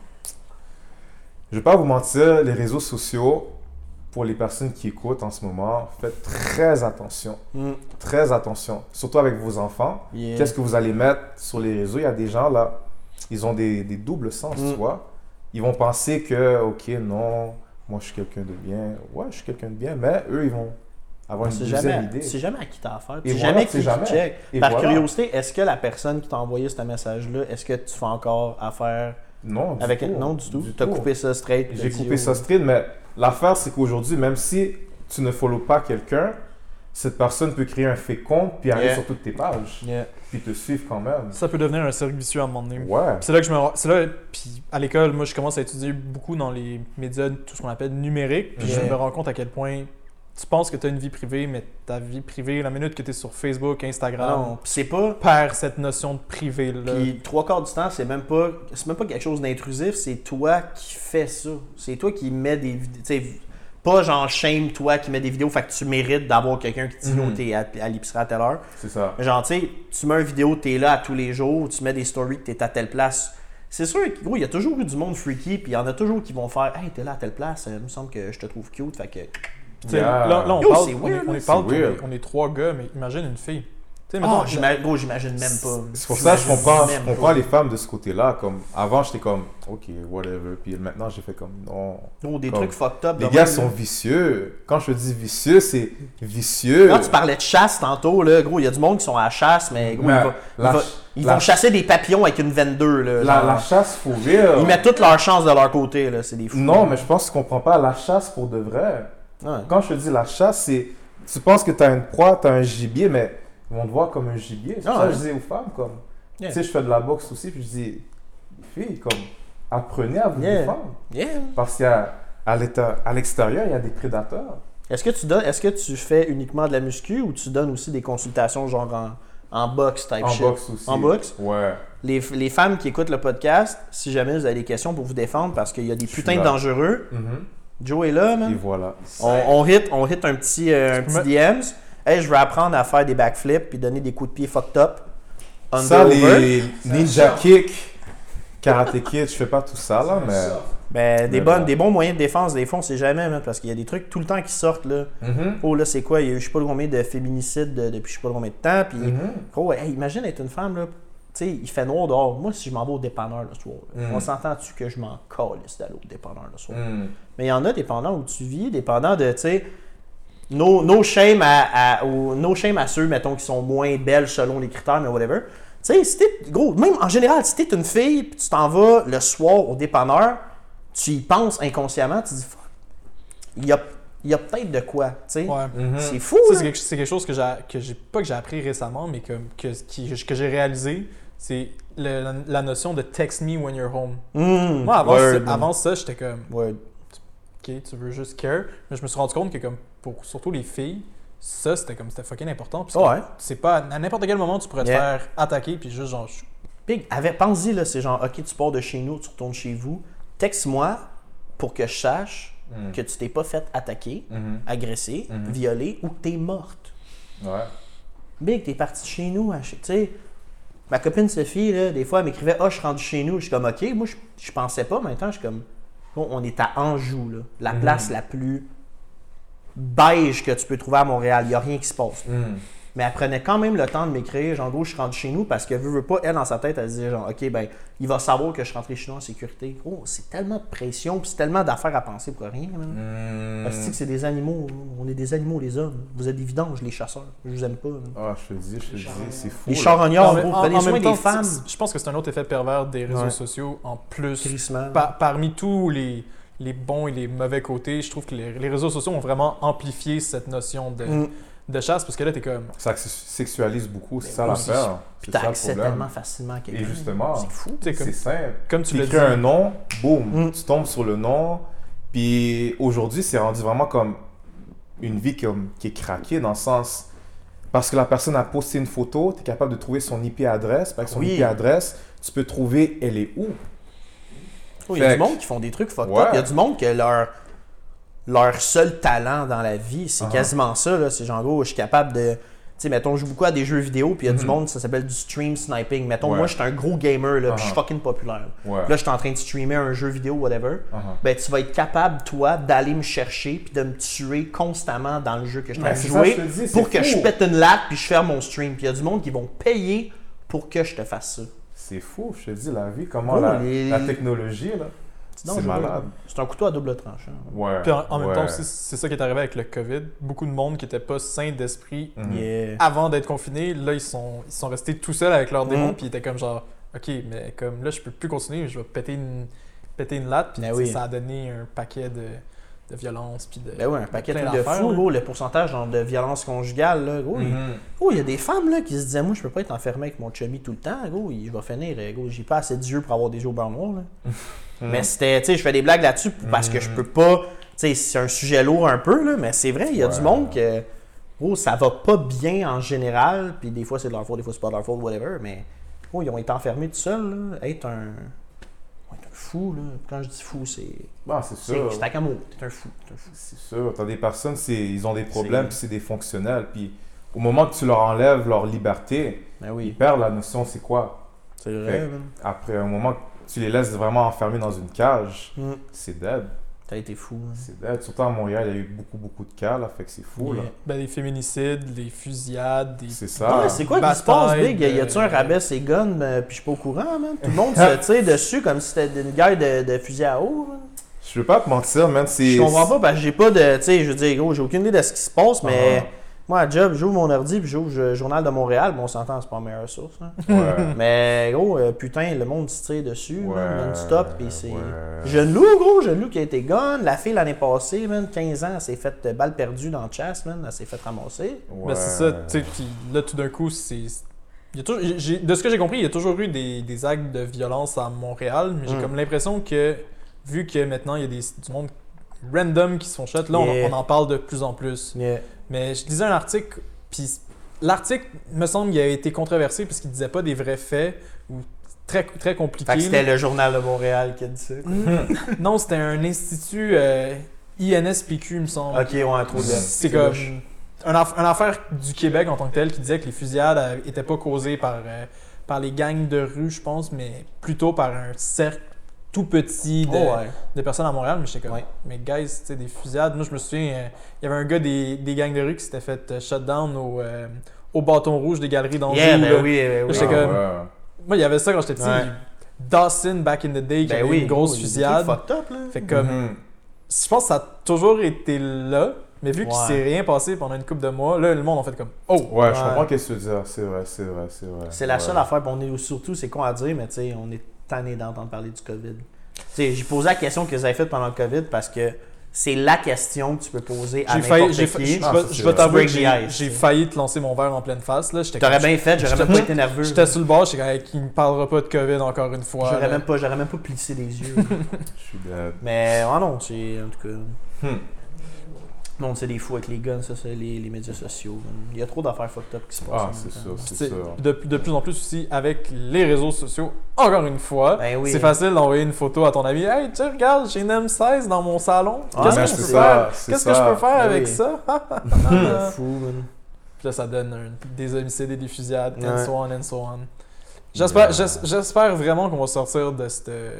Je vais pas vous mentir, les réseaux sociaux, pour les personnes qui écoutent en ce moment, faites très attention. Mm. Très attention. Surtout avec vos enfants. Yeah. Qu'est-ce que vous allez mettre sur les réseaux? Il y a des gens, là, ils ont des doubles sens, tu vois. Ils vont penser que, ok, non, moi, je suis quelqu'un de bien. Ouais, je suis quelqu'un de bien, mais eux, ils vont avoir Tu une sais deuxième jamais, idée. tu sais jamais à qui t'as affaire. Tu Et sais voilà, jamais tu sais qui jamais. check. Et Par voilà. curiosité, est-ce que la personne qui t'a envoyé ce message-là, est-ce que tu fais encore affaire Non, du avec tout. Non, du tout. T'as coupé ça straight. J'ai t'as dit, coupé ça straight, mais l'affaire, c'est qu'aujourd'hui, même si tu ne follow pas quelqu'un, cette personne peut créer un fake compte puis aller Yeah. sur toutes tes pages, Yeah. puis te suivre quand même. Ça peut devenir un cercle vicieux à un moment donné. Ouais. Puis c'est là que je me. C'est là, puis à l'école, moi, je commence à étudier beaucoup dans les médias, tout ce qu'on appelle numérique. Puis je Yeah. me rends compte à quel point tu penses que tu as une vie privée, mais ta vie privée, la minute que tu es sur Facebook, Instagram, Non, pis c'est pas. perd cette notion de privé-là. Puis trois quarts du temps, c'est même pas quelque chose d'intrusif, c'est toi qui fais ça. C'est toi qui mets des vidéos. Tu sais, pas genre shame toi qui mets des vidéos, fait que tu mérites d'avoir quelqu'un qui te dit Mhm. oh, t'es à l'épicerie à telle heure. C'est ça. Mais genre, tu sais, tu mets une vidéo, t'es là à tous les jours, tu mets des stories que t'es à telle place. C'est sûr, gros, il y a toujours eu du monde freaky, puis il y en a toujours qui vont faire hey, t'es là à telle place, il me semble que je te trouve cute, fait que. Tu sais, Yeah. là, on Yo, parle, c'est on weird, est, on là, est parle c'est weird. qu'on est trois gars, mais imagine une fille. Tu sais, Ah, mettons, gros, j'imagine même pas. C'est pour ça que je comprends Même pas pas. les femmes de ce côté-là. Comme, avant, j'étais comme, ok, whatever. Puis maintenant, j'ai fait comme, non. Gros, des Comme, trucs fucked up. Les de gars même, sont là. vicieux. Quand je dis vicieux, c'est vicieux. Quand tu parlais de chasse tantôt, là, gros, il y a du monde qui sont à la chasse, mais gros, Mais ils la- vont chasser des papillons avec une 22. Là, La, genre. la chasse, faut rire. Ils mettent toutes leurs chances de leur côté, là, c'est des fous. Non, mais je pense que tu comprends pas la chasse pour de vrai. Ouais. Quand je te dis la chasse, c'est. Tu penses que tu as une proie, tu as un gibier, mais ils vont te voir comme un gibier. C'est pour Ah ça que ouais. je dis aux femmes, comme. Yeah. Tu sais, je fais de la boxe aussi, puis je dis, filles, comme, apprenez à vous Yeah. défendre. Yeah. Parce qu'à à l'extérieur, il y a des prédateurs. Est-ce que tu fais uniquement de la muscu ou tu donnes aussi des consultations genre en boxe type En shit? boxe aussi. En boxe? Ouais. Les femmes qui écoutent le podcast, si jamais vous avez des questions pour vous défendre parce qu'il y a des Je suis putains de là. dangereux, Mhm. Joe est là, Et man. voilà. On hit un petit peux DMs. Hey, je veux apprendre à faire des backflips puis donner des coups de pied fucked up. Ça, Under-over. les ninja kick, karate kid, je fais pas tout ça là, mais. Ben, Mais bon. des bons moyens de défense, des fois, on sait jamais, man, parce qu'il y a des trucs tout le temps qui sortent, là. Oh, là, c'est quoi? Il y a eu je sais pas combien de féminicides depuis je sais pas combien de temps, puis gros, hey, imagine être une femme, là, tu sais, il fait noir dehors. Moi, si je m'en vais au dépanneur le soir, là, on s'entend-tu que je m'en calisse d'aller au dépanneur le soir? Mais il y en a dépendant où tu vis, dépendant de, tu sais, no shame à ceux, mettons, qui sont moins belles selon les critères, mais whatever. Tu sais, si t'es, gros, même en général, si t'es une fille, puis tu t'en vas le soir au dépanneur, tu y penses inconsciemment, tu dis fuck, il y a peut-être de quoi, tu sais. Ouais. C'est fou, Ça, là. c'est quelque chose que j'ai appris récemment, mais que j'ai réalisé, c'est la notion de text me when you're home. Moi, avant ça, j'étais comme, Word. ok, tu veux juste care, mais je me suis rendu compte que comme pour surtout les filles, ça c'était fucking important. Parce que Ouais. c'est pas à n'importe quel moment tu pourrais te faire attaquer puis juste genre. Big, pense-y, là, c'est genre, ok, tu pars de chez nous, tu retournes chez vous, texte-moi pour que je sache que tu t'es pas fait attaquer, agresser, violer ou que t'es morte. Ouais. Big, t'es parti de chez nous, tu sais. Ma copine Sophie, là, des fois, elle m'écrivait « Ah, je suis rendu chez nous. » Je suis comme « Ok. » Moi, je pensais pas. Maintenant, je suis comme « Bon, on est à Anjou, là. La place la plus beige que tu peux trouver à Montréal. Il n'y a rien qui se passe. Mais elle prenait quand même le temps de m'écrire, genre, gros, je suis rendu chez nous parce que veut pas, elle, dans sa tête, elle se disait, genre, ok, ben, il va savoir que je suis rentré chez nous en sécurité. Oh, c'est tellement de pression, puis c'est tellement d'affaires à penser pour rien, man. Parce que c'est des animaux, on est des animaux, les hommes. Vous êtes des vidanges, les chasseurs. Je vous aime pas, man. Ah, je te dis, c'est fou. Les là. charognards, Non, mais gros, prenez soin même des temps, femmes. je pense que c'est un autre effet pervers des réseaux sociaux en plus. Crissement. Parmi tous les bons et les mauvais côtés, je trouve que les réseaux sociaux ont vraiment amplifié cette notion de chasse parce que là, t'es comme. Ça sexualise beaucoup, c'est ça aussi. l'affaire. Puis C'est ça t'as le accès problème. tellement facilement à quelqu'un. Et justement, C'est fou. Tu sais, c'est simple. comme tu Tu l'as écris dit. un nom, boum, tu tombes sur le nom. Puis aujourd'hui, c'est rendu vraiment comme une vie qui est craquée dans le sens. Parce que la personne a posté une photo, tu es capable de trouver son IP adresse. Avec son IP adresse, tu peux trouver elle est où. Oh, il y a du monde qui font des trucs fucked up. Il y a du monde que leur seul talent dans la vie, c'est quasiment ça. Là. C'est genre, gros, je suis capable de. Tu sais, mettons, je joue beaucoup à des jeux vidéo, puis il y a du monde, ça s'appelle du stream sniping. Mettons, moi, je suis un gros gamer, là, puis je suis fucking populaire. Là, je suis en train de streamer un jeu vidéo, whatever. Ben, tu vas être capable, toi, d'aller me chercher, puis de me tuer constamment dans le jeu que je suis en train de jouer pour que je pète une latte, puis je ferme mon stream. Puis il y a du monde qui vont payer pour que je te fasse ça. C'est fou, je te dis, la vie, comment la technologie, là. C'est malade. C'est un couteau à double tranchant. Ouais. Puis en même temps aussi, c'est ça qui est arrivé avec le COVID. Beaucoup de monde qui n'était pas sain d'esprit avant d'être confiné, là, ils sont restés tout seuls avec leurs démons, puis ils étaient comme genre, ok, mais comme là, je peux plus continuer, je vais péter une latte, puis ça a donné un paquet de violence, puis de. Ben oui, un paquet de fou, gros, le pourcentage genre, de violence conjugale, là, gros. Il y a des femmes là, qui se disaient, moi, je peux pas être enfermé avec mon chummy tout le temps, gros, je vais finir, gros, j'ai pas assez d'yeux pour avoir des yeux au beurre noir, là. Mais c'était, tu sais, je fais des blagues là-dessus parce que je peux pas, tu sais, c'est un sujet lourd un peu, là, mais c'est vrai, il y a du monde que, gros, ça va pas bien en général, puis des fois c'est de leur faute, des fois c'est pas de leur faute, whatever, mais, gros, ils ont été enfermés tout seuls, là, être un fou, là. Quand je dis fou, c'est. Bon, c'est sûr. C'est à mot. T'es un fou. C'est sûr. T'as des personnes, ils ont des problèmes, puis c'est des fonctionnels. Puis au moment que tu leur enlèves leur liberté, ils perdent la notion, c'est quoi. C'est vrai. Après un moment que tu les laisses vraiment enfermés dans une cage, c'est dead. T'as été fou. Hein. C'est dead. Surtout à Montréal, il y a eu beaucoup de cas, là. Fait que c'est fou, là. Ben, des féminicides, des fusillades, des. C'est ça. Ouais, c'est quoi qui se passe, Big? Y a-tu un rabais et gun, puis je suis pas au courant, man? Tout le monde se tire dessus comme si c'était une guerre de fusil à eau, man. Je veux pas te mentir, man. Je comprends pas, parce que j'ai pas de. Tu sais, je veux dire, gros, j'ai aucune idée de ce qui se passe, mais. Moi, à job, j'ouvre mon ordi puis j'ouvre le Journal de Montréal. Bon, on s'entend, c'est pas la meilleure source. Hein. Mais gros, putain, le monde se tire dessus, non-stop. Puis c'est. Jeune loup, gros, jeune loup qui a été gone. La fille l'année passée, man, 15 ans, elle s'est faite balle perdue dans le chasse, man. Elle s'est fait ramasser. Ben, c'est ça, tu sais. Puis là, tout d'un coup, c'est. De ce que j'ai compris, il y a toujours eu des actes de violence à Montréal, mais j'ai comme l'impression que, vu que maintenant il y a du monde random qui se font shot, là, on en parle de plus en plus. Mais je lisais un article, puis l'article, me semble, il a été controversé parce qu'il disait pas des vrais faits ou très, très compliqués. Fait que c'était le Journal de Montréal qui a dit ça. Non, c'était un institut INSPQ, il me semble. Ok, ouais, trop de. C'est comme. une affaire du Québec en tant que tel qui disait que les fusillades n'étaient pas causées par les gangs de rue, je pense, mais plutôt par un cercle tout petit de personnes à Montréal. Mais j'étais comme, mais guys, tu sais, des fusillades. Moi, je me souviens, il y avait un gars des gangs de rue qui s'était fait shutdown au bâton rouge des galeries d'Anjou. J'étais comme, moi, il y avait ça quand j'étais petit. Dawson, back in the day, qui avait une grosse fusillade. Fait comme, je pense que ça a toujours été là. Mais vu qu'il s'est rien passé pendant une couple de mois, là, le monde a fait comme « Oh! » Ouais, je comprends ce que tu veux dire. C'est vrai. C'est la seule affaire, on est surtout, c'est con à dire, mais tu sais, on est tanné d'entendre parler du COVID. Tu sais, j'ai posé la question que vous avez faite pendant le COVID parce que c'est la question que tu peux poser à n'importe qui. Je vais t'avouer que j'ai failli te lancer mon verre en pleine face. T'aurais bien fait, j'aurais même pas été nerveux. J'étais sur le bord, j'étais qu'il ne parlera pas de COVID encore une fois. J'aurais même pas plissé les yeux. Je suis dead. Mais non, c'est en tout cas... Non, c'est des fous avec les guns, ça, c'est les médias sociaux. Il y a trop d'affaires fucked up qui se passent. Ah, c'est sûr. De plus en plus aussi, avec les réseaux sociaux, encore une fois, c'est facile d'envoyer une photo à ton ami. « Hey, tu regardes, j'ai une M16 dans mon salon. Qu'est-ce que je peux faire avec ça? » Fou, man. Puis là, ça donne des homicides et des fusillades, and so on. J'espère vraiment qu'on va sortir de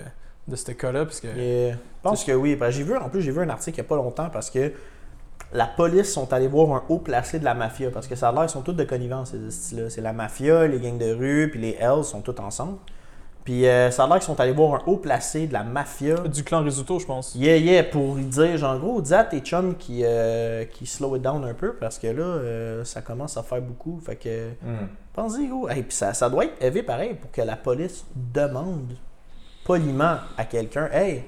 ce cas-là. Parce que... Je pense que oui. J'ai vu un article il n'y a pas longtemps parce que la police sont allés voir un haut placé de la mafia parce que ça a l'air, ils sont tous de connivence, ces styles-là. C'est la mafia, les gangs de rue, puis les Hells sont tous ensemble. Puis ça a l'air qu'ils sont allés voir un haut placé de la mafia. Du clan Risotto, je pense. Pour lui dire, genre, gros, dis à tes chums qui slow it down un peu parce que là, ça commence à faire beaucoup. Fait que, pensez, gros. Et puis ça doit être élevé pareil pour que la police demande poliment à quelqu'un, hey,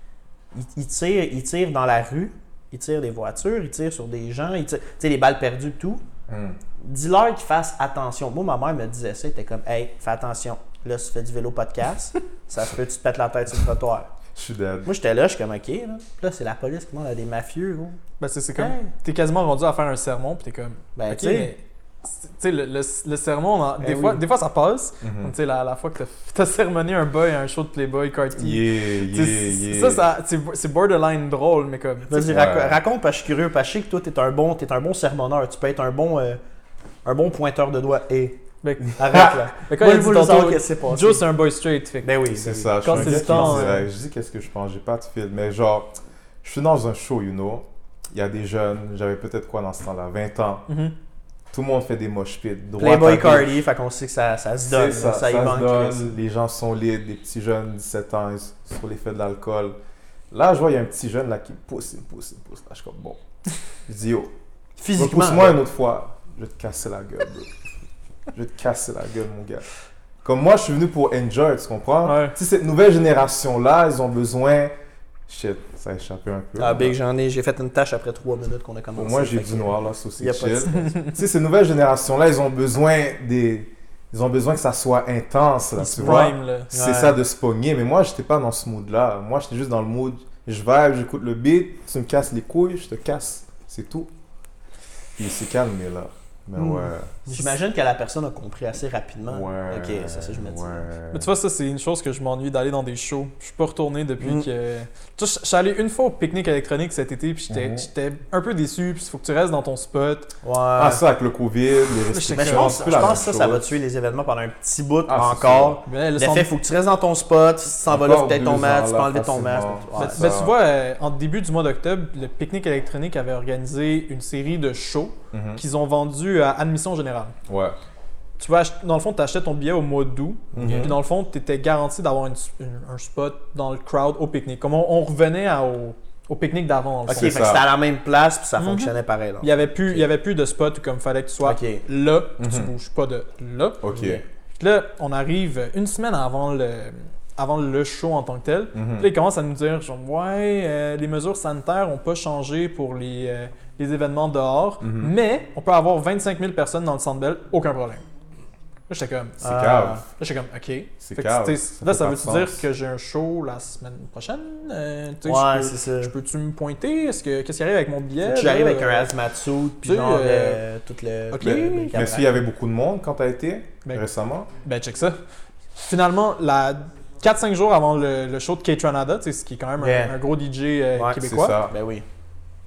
il tire dans la rue. Ils tirent des voitures, ils tirent sur des gens, tu sais, les balles perdues et tout. Dis-leur qu'ils fassent attention. Moi, ma mère me disait ça, elle était comme, hey, fais attention. Là, si tu fais du vélo podcast, ça se peut que tu te pètes la tête sur le trottoir. Je suis dead. Moi, j'étais là, je suis comme, ok. Là, c'est la police qui demande à des mafieux, gros. Ben, c'est comme, t'es quasiment rendu à faire un sermon, puis t'es comme, ben, ok, mais tu sais, le sermon, des fois, ça passe. Tu sais, la fois que t'as sermonné un boy à un show de Playboy Carty. Ça, c'est borderline drôle, mais comme... Vas-y, raconte, parce que je suis curieux, parce que je sais que toi, t'es un bon sermonneur. Tu peux être un bon pointeur de doigts. Arrête, là. Mais quand il dit tantôt, qu'est-ce qui s'est passé. Joe, c'est un boy straight. Fait. Ben oui, c'est ça. Quand c'est le temps... Je dis qu'est-ce que je pense, j'ai pas de fil. Mais genre, je suis dans un show, il y a des jeunes, j'avais peut-être quoi dans ce temps-là, 20 ans. Tout le monde fait des mosh pits. Playboy Cardi, fait qu'on sait que ça se donne. Ça y donne. Les gens sont libres, des petits jeunes, 17 ans, sur l'effet de l'alcool. Là, je vois, il y a un petit jeune là qui me pousse. Là, je suis comme, bon. Je dis, yo, physiquement. Pousse-moi une autre fois. Je vais te casser la gueule, bro. Je vais te casser la gueule, mon gars. Comme moi, je suis venu pour enjoy, tu comprends? Ouais. Tu sais, cette nouvelle génération-là, ils ont besoin... Shit, ça a échappé un peu. Ah, big, j'ai fait une tâche après 3 minutes qu'on a commencé. Pour moi, j'ai du noir, là, c'est aussi chill. Tu sais, ces nouvelles générations-là, ils ont besoin que ça soit intense, là, tu vois. C'est ça de se pogner. Mais moi, j'étais pas dans ce mood-là. Moi, j'étais juste dans le mood, je vibe, j'écoute le beat, tu me casses les couilles, je te casse. C'est tout. Puis il s'est calmé, là. Mais ouais. J'imagine que la personne a compris assez rapidement. Ouais. Ok, c'est ça que je me dis. Mais tu vois, ça, c'est une chose que je m'ennuie d'aller dans des shows. Je suis pas retourné depuis que. Tu sais, je suis allé une fois au pique-nique électronique cet été, puis j'étais un peu déçu, puis il faut que tu restes dans ton spot. Ouais. Ah, ça, avec le COVID, les restrictions. Mais je pense que ça va tuer les événements pendant un petit bout encore. L'effet, il faut que tu restes dans ton spot. Si tu s'en vas là, peut-être ton masque, tu peux enlever ton masque. Mais tu vois, en début du mois d'octobre, le pique-nique électronique avait organisé une série de shows qu'ils ont vendus à admission générale. Ouais. Tu vas dans le fond, tu achetais ton billet au mois d'août, puis dans le fond, tu étais garanti d'avoir un spot dans le crowd au pique-nique. Comme on revenait au pique-nique d'avant. Ok, fait que c'était à la même place, puis ça fonctionnait pareil. Là. Il y avait plus de spot comme fallait que tu sois là, puis tu bouges pas de là. Ok. Puis là, on arrive une semaine avant le show en tant que tel. Puis là, ils commencent à nous dire genre, les mesures sanitaires n'ont pas changé pour les événements dehors, mais on peut avoir 25 000 personnes dans le Centre Bell, aucun problème. Là, j'étais comme... C'est cave. Là, j'étais comme, OK. C'est cave. Là, ça veut-tu dire que j'ai un show la semaine prochaine? Ouais, c'est ça. Je peux-tu me pointer? Qu'est-ce qui arrive avec mon billet? J'arrive avec un hazmat suit, puis genre tout le... OK. Mais est-ce qu'il y avait beaucoup de monde quand t'as été récemment? Ben, check ça. Finalement, 4-5 jours avant le show de K-Tranada, ce qui est quand même un gros DJ québécois. C'est ça. Ben oui.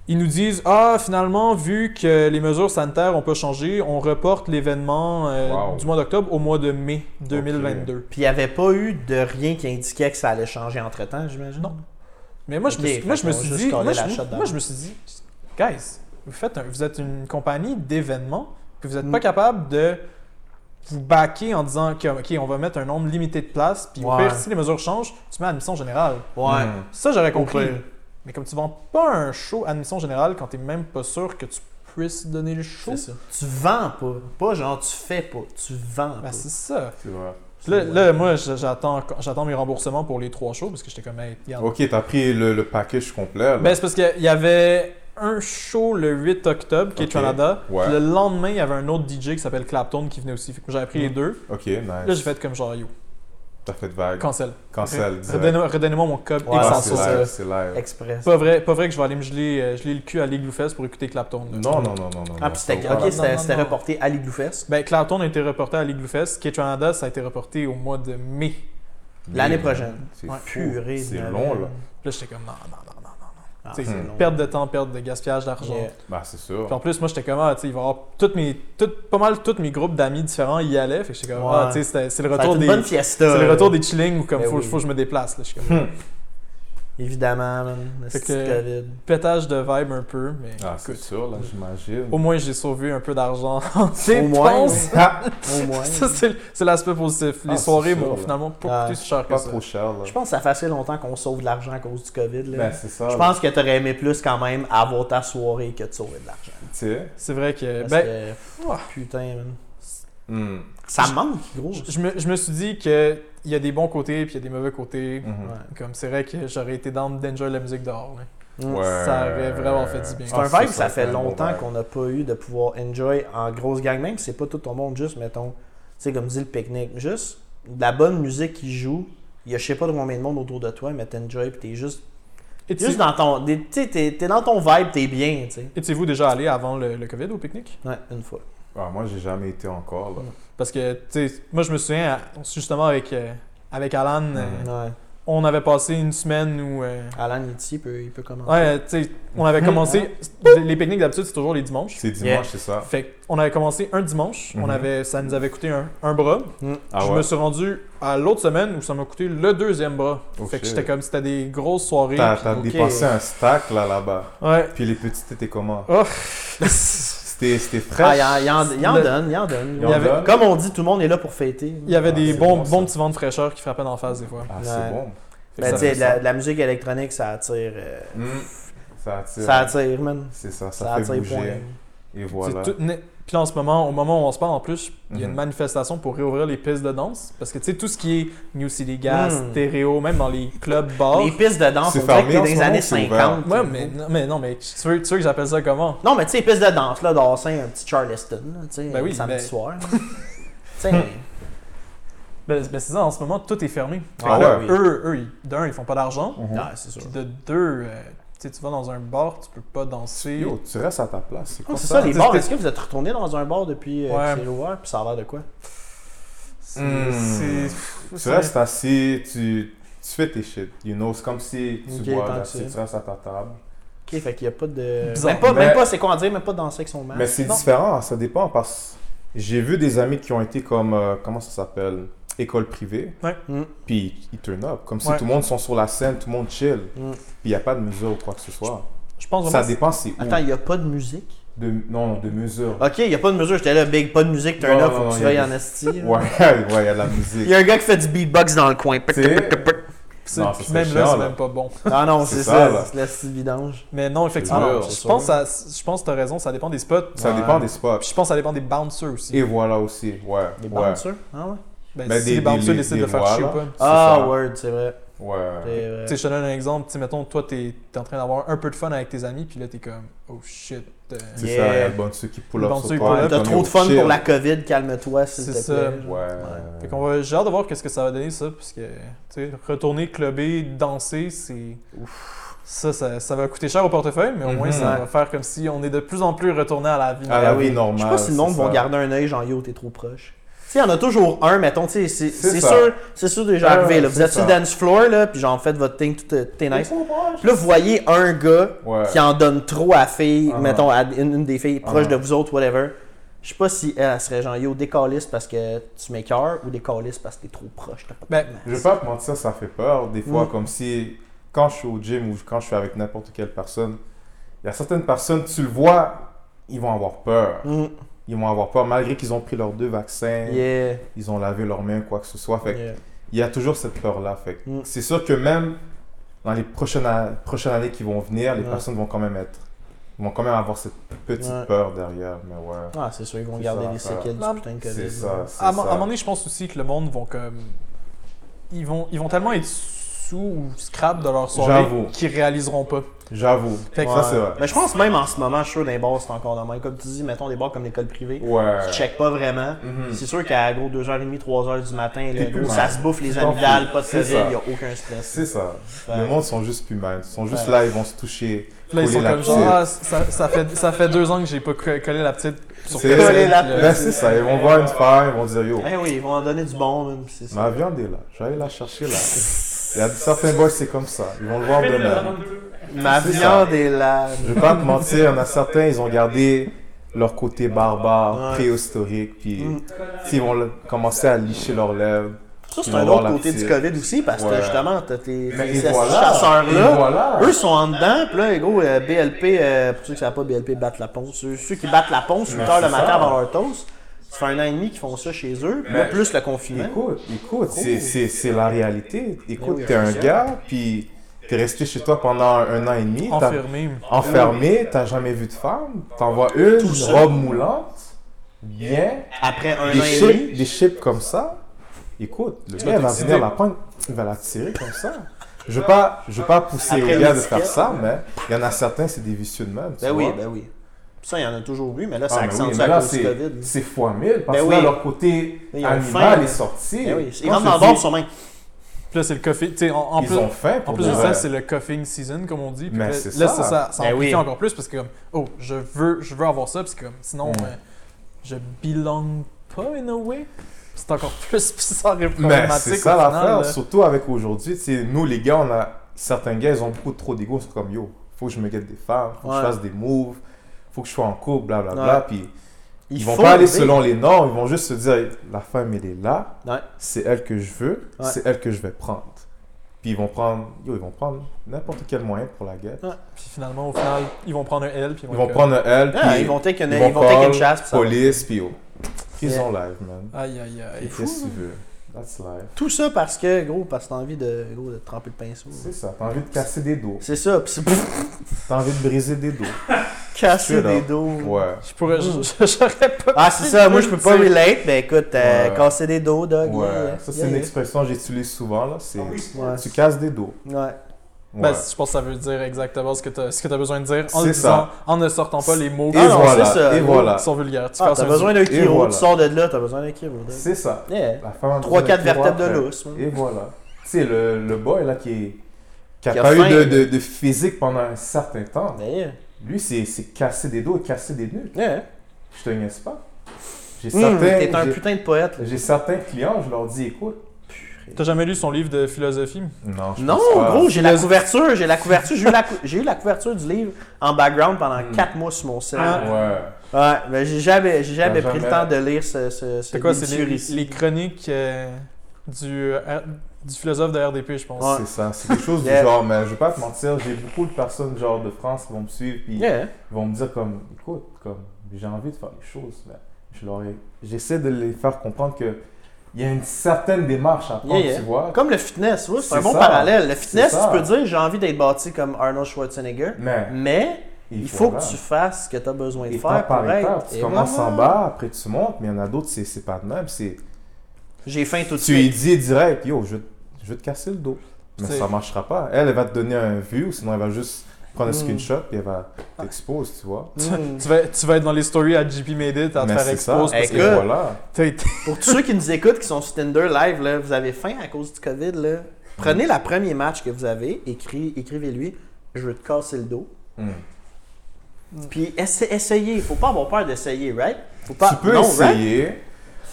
ils nous disent « Ah, finalement, vu que les mesures sanitaires n'ont pas changé, on reporte l'événement Wow. du mois d'octobre au mois de mai 2022. Puis il n'y avait pas eu de rien qui indiquait que ça allait changer entre-temps, j'imagine? Non. Mais moi, Ok, je me fait qu'on suis va juste dit, coller moi, la je, shot moi, je me suis dit, guys, vous êtes une compagnie d'événements, puis vous n'êtes pas capable de vous backer en disant que, OK, on va mettre un nombre limité de places, puis au Ouais. pire, si les mesures changent, tu mets admission générale. Ouais. Ça, j'aurais compris. Ouais. Mais comme tu vends pas un show admission générale quand t'es même pas sûr que tu puisses donner le show, C'est ça. Tu vends pas. Pas genre tu fais pas. Tu vends ben pas. c'est ça. C'est vrai. Là, moi, j'attends mes remboursements pour les 3 shows parce que j'étais comme, hey, regarde. Ok, t'as pris le package complet. Là. Ben, c'est parce qu'il y avait un show le 8 octobre qui est Ok. Canada. Ouais. Le lendemain, il y avait un autre DJ qui s'appelle Clapton qui venait aussi. Fait que j'avais pris les deux. Ok, Là, j'ai nice. fait comme genre, yo, T'as fait vague. cancel. Cancel. direct. Redonnez-moi mon code Ouais, et Ah, sans c'est sauce. live, c'est live. Express. Pas vrai que je vais aller me geler le cul à l'Igloo Fest pour écouter Clapton. là. Non. Ah, puis c'était ça va. ok, c'était Non, c'était non. reporté à l'Igloo Fest. Ben, Clapton a été reporté à l'Igloo Fest. Canada, ça a été reporté au mois de mai. L'année prochaine. C'est Ouais. fou. Purée. C'est de long, là. Puis là, j'étais comme, non. Ah, Tu sais, c'est long. perte de temps, perte de gaspillage d'argent. Yeah. Bah, c'est sûr. Puis en plus, moi, j'étais comme, tu sais, il va y avoir pas mal tous mes groupes d'amis différents y allaient. Fait que j'étais comme, Ouais. tu sais, c'est le Ça va retour être une des. bonne fiesta. C'est le retour des chillings où comme Ben faut oui. que je me déplace. Là. Je suis comme, Évidemment, man. Le Fait petit que- COVID. pétage de vibe un peu, mais Ah, c'est écoute. sûr, là, j'imagine. Au moins, j'ai sauvé un peu d'argent en Au moins, dépenses. Ah, Au moins. Ça, c'est l'aspect positif. Les Ah, soirées c'est sûr, m'ont là. finalement pas Ah, coûté si cher que pas ça. trop cher, là. Je pense que ça fait assez longtemps qu'on sauve de l'argent à cause du COVID. Là. Ben, c'est ça. Je pense que t'aurais aimé plus quand même avoir ta soirée que de sauver de l'argent. Tu sais. C'est vrai que. Parce Ben, que, ouah. putain, man. Hmm. Ça manque, gros. je me suis dit qu'il y a des bons côtés puis il y a des mauvais côtés. Mhm. Ouais. Comme c'est vrai que j'aurais été down d'enjoy la musique dehors. là. Mm. Ouais. Ça aurait vraiment fait du bien. C'est un Ah, vibe, c'est ça fait un bon longtemps vibe. qu'on n'a pas eu de pouvoir enjoy en grosse gang, même si c'est pas tout ton monde, juste, mettons, tu sais, comme dit le pique-nique, juste de la bonne musique qui joue, il y a je sais pas de combien de monde autour de toi, mais t'enjoy, pis t'es juste dans ton, tu sais, t'es dans ton vibe, t'es bien, tu sais. Étiez-vous déjà allé avant le COVID au pique-nique? Ouais, une fois. Ah, moi, j'ai jamais été encore, là. Parce que, tu sais, moi je me souviens, justement avec Alan, Ouais. on avait passé une semaine où... Alan est ici, il peut commencer. ouais, tu sais, on avait commencé... les pique-niques d'habitude, c'est toujours les dimanches. C'est dimanche, Yeah. c'est ça. Fait qu'on avait commencé un dimanche, Mhm. ça nous avait coûté un bras. Ah Je ouais. me suis rendu à l'autre semaine où ça m'a coûté le deuxième bras. Oh fait que shit. j'étais comme, c'était des grosses soirées. T'as ok. dépensé un stack, là-bas. Ouais. Puis les petites étaient comment? Oh. C'était fraîche. Ah, il en donne. Il y Il y avait- en a? Comme on dit, tout le monde est là pour fêter. Il y avait Ah, des c'est bons bon, ça. petits vents de fraîcheur qui frappaient d'en face des fois. Ah, Ouais. c'est bon. Fait que Ben, ça tu sais, fait de ça. la musique électronique, ça attire. Ça attire. Ça attire, man. C'est ça, Ça ça fait attire bouger. point. Et voilà. Puis là, en ce moment, au moment où on se parle, en plus, il y a une Mhm. manifestation pour réouvrir les pistes de danse. Parce que, tu sais, tout ce qui est New City Gas, Mm. stéréo, même dans les clubs bars. Les pistes de danse, C'est on dirait que fermé t'es en dans ce les moment années ou c'est 50. Ouais, mais non, mais tu veux que j'appelle ça comment? Non, mais tu sais, les pistes de danse, là, d'Assin, un petit Charleston, là, tu sais, Ben oui, samedi ben- soir. Tu sais, Ben, c'est ça, en ce moment, tout est fermé. Fait Ah que là, ouais. eux, d'un, ils font pas d'argent. Mhm. ouais, c'est sûr. Puis de deux, tu sais, tu vas dans un bar, tu peux pas danser. Yo, tu restes à ta place. C'est Ah, quoi c'est ça? ça, les c'est- bars. c'est- Est-ce que vous êtes retourné dans un bar depuis Ouais. que c'est ouvert, puis ça a l'air de quoi? C'est. Tu restes assis, tu fais tes shit. You know, c'est comme si tu Ok, bois, tant là, que si c'est. tu restes à ta table. Ok, fait qu'il y a pas de. Bizarre. Même Mais- pas, c'est quoi en dire, même pas de danser avec son masque. Mais c'est Non. différent, ça dépend parce que j'ai vu des amis qui ont été comme, comment ça s'appelle, école privée, Mm. puis ils turn up, comme si Ouais. tout le monde sont sur la scène, tout le monde chill, Mm. puis il n'y a pas de mesure ou quoi que ce soit. Je pense Ça vraiment. dépend c'est où. Attends, il y a pas de musique? Non, de mesure. Ok, il y a pas de mesure, j'étais là, big, pas de musique, turn Non, up, non, faut non, que tu y a veilles des- en esti. là. Ouais, ouais, il y a de la Il musique. y a un gars qui fait du beatbox dans le coin. Tu sais, C'est- Non, ça puis serait même là, chiant, c'est là. même pas bon. Ah non, C'est c'est ça, ça, là. c'est la style vidange. Mais non, effectivement, sûr, je c'est pense, sûr. je pense que t'as raison, ça dépend des spots. ça Ouais. dépend des spots. Puis je pense que ça dépend des bouncers aussi. Et voilà aussi, ouais. Des ouais. bouncers? Ah ouais? Ben, Ben, si des- les bouncers des- décident des de faire voix, chier ou là. pas. C'est Ah, ça. word, c'est vrai. Ouais. C'est vrai. Tu sais, je te donne un exemple. Tu sais, mettons, toi, t'es en train d'avoir un peu de fun avec tes amis, puis là, t'es comme, oh shit. C'est Yeah. ça, il y a le bon ceux qui pull Le up bon sur ceux qui toi. pull up. T'as comme, trop yo, de fun chill. pour la COVID, calme-toi, s'il C'est te ça. plaît. Ouais. Fait qu'on va, j'ai hâte de voir qu'est-ce que ça va donner, ça, parce que, tu sais, retourner clubber, danser, c'est... Ça va coûter cher au portefeuille, mais au moins, Mhm. ça Ouais. va faire comme si on est de plus en plus retourné à la vie. À la Ah oui. vie normale. Je sais pas si le monde c'est va ça. garder un œil, genre yo, t'es trop proche. sais, il y en a toujours un, mettons, tu sais, c'est ça. sûr déjà arrivé, là. Vous c'est êtes sur le ça. dance floor, là, puis genre, faites votre thing, tout est nice. Puis là, vous voyez un gars Ouais. qui en donne trop à la fille, Uh-huh. mettons, à une des filles proches Uh-huh. de vous autres, whatever. Je sais pas si elle serait genre, yo, décaliste parce que tu m'écœures ou décaliste parce que t'es trop proche. T'as pas de Ben, place. Je vais pas te mentir, ça fait peur. Des fois, Mm. comme si, quand je suis au gym ou quand je suis avec n'importe quelle personne, il y a certaines personnes, tu le vois, ils vont avoir peur. Mm. Ils vont avoir peur, malgré qu'ils ont pris leurs 2 vaccins, Yeah. ils ont lavé leurs mains, quoi que ce soit. Fait que Yeah. il y a toujours cette peur-là. Fait que Mm. c'est sûr que même dans les prochaines années qui vont venir, les Ouais. personnes vont quand même avoir cette petite Ouais. peur derrière. Mais ouais, Ah, c'est sûr, ils vont C'est garder ça, les ça. séquelles Non, du putain de COVID. c'est ça. c'est À un ça. moment donné, je pense aussi que le monde vont comme. Ils vont tellement être sous ou scrap de leur soirée J'avoue. qu'ils réaliseront pas. J'avoue. Fait que Ça, c'est vrai. Mais je pense même en ce moment, je suis sûr, dans les bars, c'est encore de même. Comme tu dis, mettons des bars comme l'école privée. Ouais. Tu checkes pas vraiment. Mhm. C'est sûr qu'à gros 2h30, 3h du matin, là, T'es plus gros, mal. ça se bouffe les Tu t'en amygdales, fous. pas de C'est COVID, ça. il n'y a aucun stress. C'est ça. Ouais. Le monde sont juste plus mal. Ils sont juste Ouais. là, ils vont se toucher. Là, ils coller sont la comme genre, petite. ah, ça fait 2 ans que j'ai pas collé la petite sur C'est personne. Coller la Puis là, Ben, c'est ça. Ils vont voir une femme, ils vont dire yo, Eh oui, ils vont en donner du bon, même, c'est ça. ma viande est là. Je vais aller la chercher là. Il y a certains boys, c'est comme ça. Ils vont le voir demain. Ma C'est viande est là. Je vais pas te mentir, il y en a certains, ils ont gardé leur côté barbare, Ouais. préhistorique, puis Mm. ils vont commencer à licher leurs lèvres. Ça, c'est Ils vont un voir autre la côté du petite. COVID aussi, parce que Ouais. justement, t'as tes Ben, et ces voilà. chasseurs-là. Et voilà. Eux sont en dedans, puis là, gros, BLP, pour ceux qui ne savent pas, BLP battent la ponce. Ceux qui battent la ponce 8 Mais heures le c'est matin ça. avant leur toast, ça fait 1 an et demi qu'ils font ça chez eux, puis là, Mais- plus le confinement. Écoute, c'est la réalité. Écoute, oui, t'es un c'est ça. gars, puis t'es resté chez toi pendant 1 an et demi. t'as- Enfermé. Enfermé, t'as jamais vu de femme, t'en vois une, Tout une seul. robe moulante, bien, Après 1 an des et demi, chips, des chips comme ça. Écoute, le gars va venir la prendre, il va la tirer comme ça. Je veux pas pousser Après aux gars de l'étiquette. faire ça, mais il y en a certains, c'est des vicieux de même. tu ben oui, vois. ben oui. Ça, il y en a toujours eu, mais là, Ah, ça mais oui, accentue mais à là, cause du COVID. c'est fois 1000, parce Ben que là, oui. leur côté Ils ont animal faim, est sorti. Ben oui, ils Quand rentrent je dans le dis, bar sur main. Puis là, c'est le coffee. Tu sais, en Ils plus, ont faim en pour plus de de vrai. ça, c'est le coughing season, comme on dit. Puis Mais là, c'est là, ça. ça Ben amplifie oui. encore plus parce que, comme, oh, je veux avoir ça. Puis c'est comme, sinon, je belong pas in a way. C'est encore plus bizarre et Mais problématique. c'est ça au final, l'affaire, là. surtout avec aujourd'hui. Tu sais, nous, les gars, certains gars, ils ont beaucoup trop d'ego. C'est comme yo, faut que je me guette des femmes, faut que je Ouais. fasse des moves, faut que je sois en couple, blablabla. Ouais. Puis Il ils vont faut pas aller lever. selon les normes, ils vont juste se dire la femme, elle est là, Ouais. c'est elle que je veux, Ouais. c'est elle que je vais prendre. Puis ils vont prendre n'importe quel moyen pour la guette. Puis finalement, au final, ils vont prendre un L. Puis Ils vont être prendre un elle, puis Ah, ils vont take une, ils vont ils vont take call une chasse. puis ça va. police, puis yo, ils Yeah. ont live, man. Aïe, aïe, aïe. Qu'est-ce que tu veux? That's life. Tout ça parce que, gros, parce que t'as envie de tremper le pinceau. C'est ça, t'as envie de casser des dos, C'est ça, pis c'est t'as envie de briser des dos. casser C'est là. des dos. Ouais. Je pourrais. J'aurais pas. Ah, c'est ça, moi je peux pas Tu sais. relate, mais écoute, Ouais. casser des dos, dog. Ouais, yeah, ça c'est yeah, une yeah. expression que j'utilise souvent là, c'est Ouais. tu casses des dos. Ouais. Ouais. Ben, je pense que ça veut dire exactement ce que tu as besoin de dire en C'est le disant, ça. en ne sortant pas les mots Et Ah non, voilà, c'est ça. et voilà. qui sont vulgaires. Tu Ah, casses t'as un besoin d'un Et kiro, voilà. tu sors de là, t'as besoin d'un kiro. dog. C'est ça. Yeah. La femme a besoin 3-4 d'un kiro vertèbres de après. lousse. man. Et voilà. Tu sais, le boy là qui a Qui a pas faim. eu de physique pendant un certain temps, Ben, yeah. lui c'est casser des dos et casser des nuques. Yeah. Je te niaise pas. J'ai T'es un j'ai- putain de poète. là. j'ai certains clients, je leur dis écoute. T'as jamais lu son livre de philosophie? Non, je Non, pense pas. gros, j'ai la couverture, j'ai eu la couverture du livre en background pendant 4 mois sur mon sel. Ah. Ouais. Ouais, mais j'ai jamais pris jamais- le temps de lire ce C'est quoi? C'est délicieux les, récit. les chroniques du philosophe de RDP, je pense. Ouais. C'est ça, c'est quelque chose Yeah. du genre, mais je vais pas te mentir, j'ai beaucoup de personnes genre de France qui vont me suivre puis Yeah. ils vont me dire comme, écoute, comme j'ai envie de faire les choses, mais j'essaie de les faire comprendre que il y a une certaine démarche à prendre, Yeah, yeah. tu vois. Comme le fitness, ouais, c'est C'est un bon ça. parallèle. Le fitness, C'est ça. tu peux dire j'ai envie d'être bâti comme Arnold Schwarzenegger, mais il faut voilà. que tu fasses ce que tu as besoin de Étape faire par pour étape, être. tu Et commences voilà. en bas, après tu montes, mais il y en a d'autres, c'est pas de même. J'ai faim tout de Tu lui suite. dis direct, yo, je vais te casser le dos. Mais C'est- ça marchera pas. Elle va te donner un vue, ou sinon elle va juste prendre un Mm. screenshot et elle va t'expose, tu vois. Mm. Tu vas être dans les stories à JP Made It à te Mais faire c'est ça. expose parce Et que Écoute. voilà. t'as été- Pour tous ceux qui nous écoutent, qui sont sur Tinder live, là, vous avez faim à cause du COVID, là. Prenez le premier match que vous avez, écrivez-lui je veux te casser le dos. Mm. Puis essayez. Faut pas avoir peur d'essayer, right? Faut pas... Tu peux non, essayer,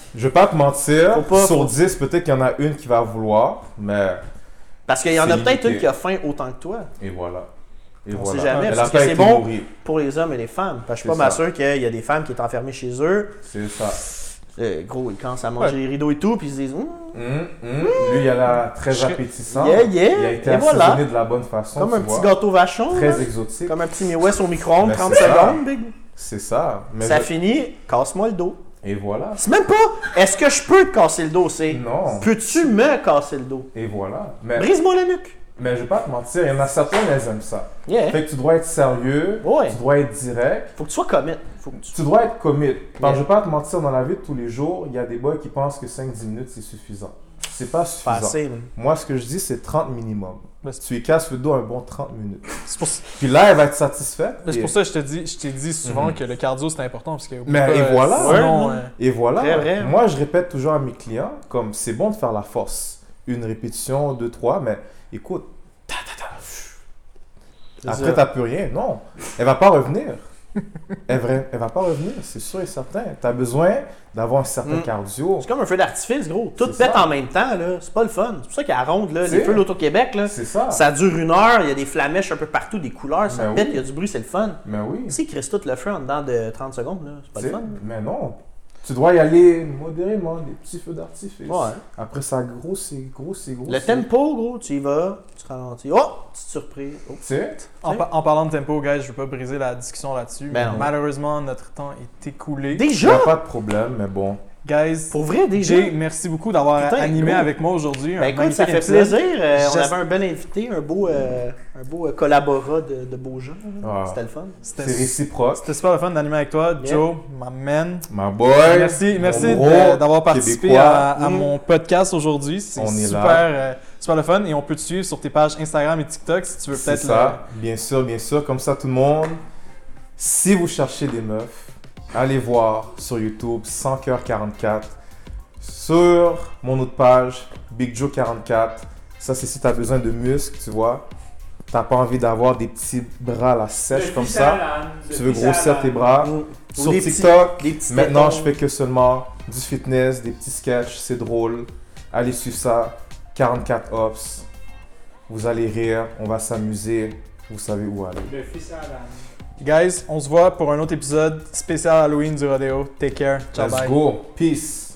Je vais pas te mentir, Faut pas- sur faut- 10, peut-être qu'il y en a une qui va vouloir, mais... Parce qu'il y en a C'est peut-être limité. une qui a faim autant que toi. Et voilà. Et On voilà. sait jamais, Elle parce a que pas c'est été bon nourrie. pour les hommes et les femmes. Parce que je suis C'est pas mal ça. sûr qu'il y a des femmes qui sont enfermées chez eux. C'est ça. Gros, ils commencent à manger Ouais. les rideaux et tout, puis ils se disent Lui, il a l'air très Je- appétissant. Yeah, yeah. Il a été Et assaisonné voilà. de la bonne façon, comme tu un petit vois. gâteau vachon. Très là. exotique. Comme un petit Midwest au micro-ondes, Ben, 30 c'est ça. secondes, big. C'est ça. Mais Ça je- finit, casse-moi le dos. Et voilà. C'est même pas, est-ce que je peux te casser le dos, c'est Non. peux-tu me casser le dos? Et voilà. Mais, Brise-moi la nuque. mais je vais pas te mentir, il y en a certains, elles aiment ça. Yeah. Fait que tu dois être sérieux, Ouais. tu dois être direct, Faut que tu sois commit. Faut que tu... tu dois être commit. Yeah. Je vais pas te mentir, dans la vie de tous les jours, il y a des boys qui pensent que 5-10 minutes c'est suffisant. C'est pas suffisant. Pas assez, man. Moi, ce que je dis, c'est 30 minimum. Ben, c'est- Tu lui casses le dos un bon 30 minutes. C'est pour, Puis là, elle va être satisfaite. mais c'est et, pour ça que je t'ai dit souvent Mhm. que le cardio c'est important parce que Mais et voilà. sinon, Ouais. et voilà. Très vrai. Moi, je répète toujours à mes clients, comme c'est bon de faire la force. Une répétition, 2, 3, mais écoute, après, t'as plus rien. Non, elle va pas revenir. Elle va pas revenir, c'est sûr et certain. Tu as besoin d'avoir un certain Mm. cardio. C'est comme un feu d'artifice, gros. Tout C'est pète ça. en même temps, là. C'est pas le fun. C'est pour ça qu'à Ronde, là, les C'est- feux de l'Auto-Québec, là, C'est ça. ça dure 1 heure, il y a des flamèches un peu partout, des couleurs, ça Ben pète, oui. il y a du bruit, c'est le fun. Mais oui. Si ils crissent tout le feu en dedans de 30 secondes, là, c'est pas le C'est- fun. Mais non. Tu dois y aller modérément, des petits feux d'artifice. Ouais. Après, ça grossit. Le tempo, gros, tu y vas, tu ralentis. Oh, petite surprise. Oh. Tu sais, en parlant de tempo, guys, je veux pas briser la discussion là-dessus. Ben mais non. malheureusement, notre temps est écoulé. il n'y Déjà? a pas de problème, mais bon. Guys, Pour vrai, déjà? Jay, merci beaucoup d'avoir Putain, animé gros. avec moi aujourd'hui. Ben Un écoute, ça magnifique fait épisode. plaisir. On J'es- avait un bon invité, un beau collaborat de beaux gens. Ah. C'était le fun. C'est C'était réciproque. super le fun d'animer avec toi, Yeah. Joe, ma man. My boy. Merci Gros d'avoir participé Québécois. à mon podcast aujourd'hui. C'est On est super, là. super le fun et on peut te suivre sur tes pages Instagram et TikTok si tu veux C'est peut-être ça, bien sûr, comme ça tout le monde. Si vous cherchez des meufs, allez voir sur YouTube 100 Cœur 44. Sur mon autre page, Big Joe 44. Ça, c'est si tu as besoin de muscles, tu vois. T'as pas envie d'avoir des petits bras là sèches comme ça. Tu veux grossir tes bras. Ou Sur des TikTok, des petits maintenant, tétons. je fais que seulement du fitness, des petits sketchs, c'est drôle. Allez suivre ça, 44 Ops. Vous allez rire, on va s'amuser. Vous savez où aller. Le fils à la... Guys, on se voit pour un autre épisode spécial Halloween du rodéo. Take care. Ciao, Let's bye. go. Peace.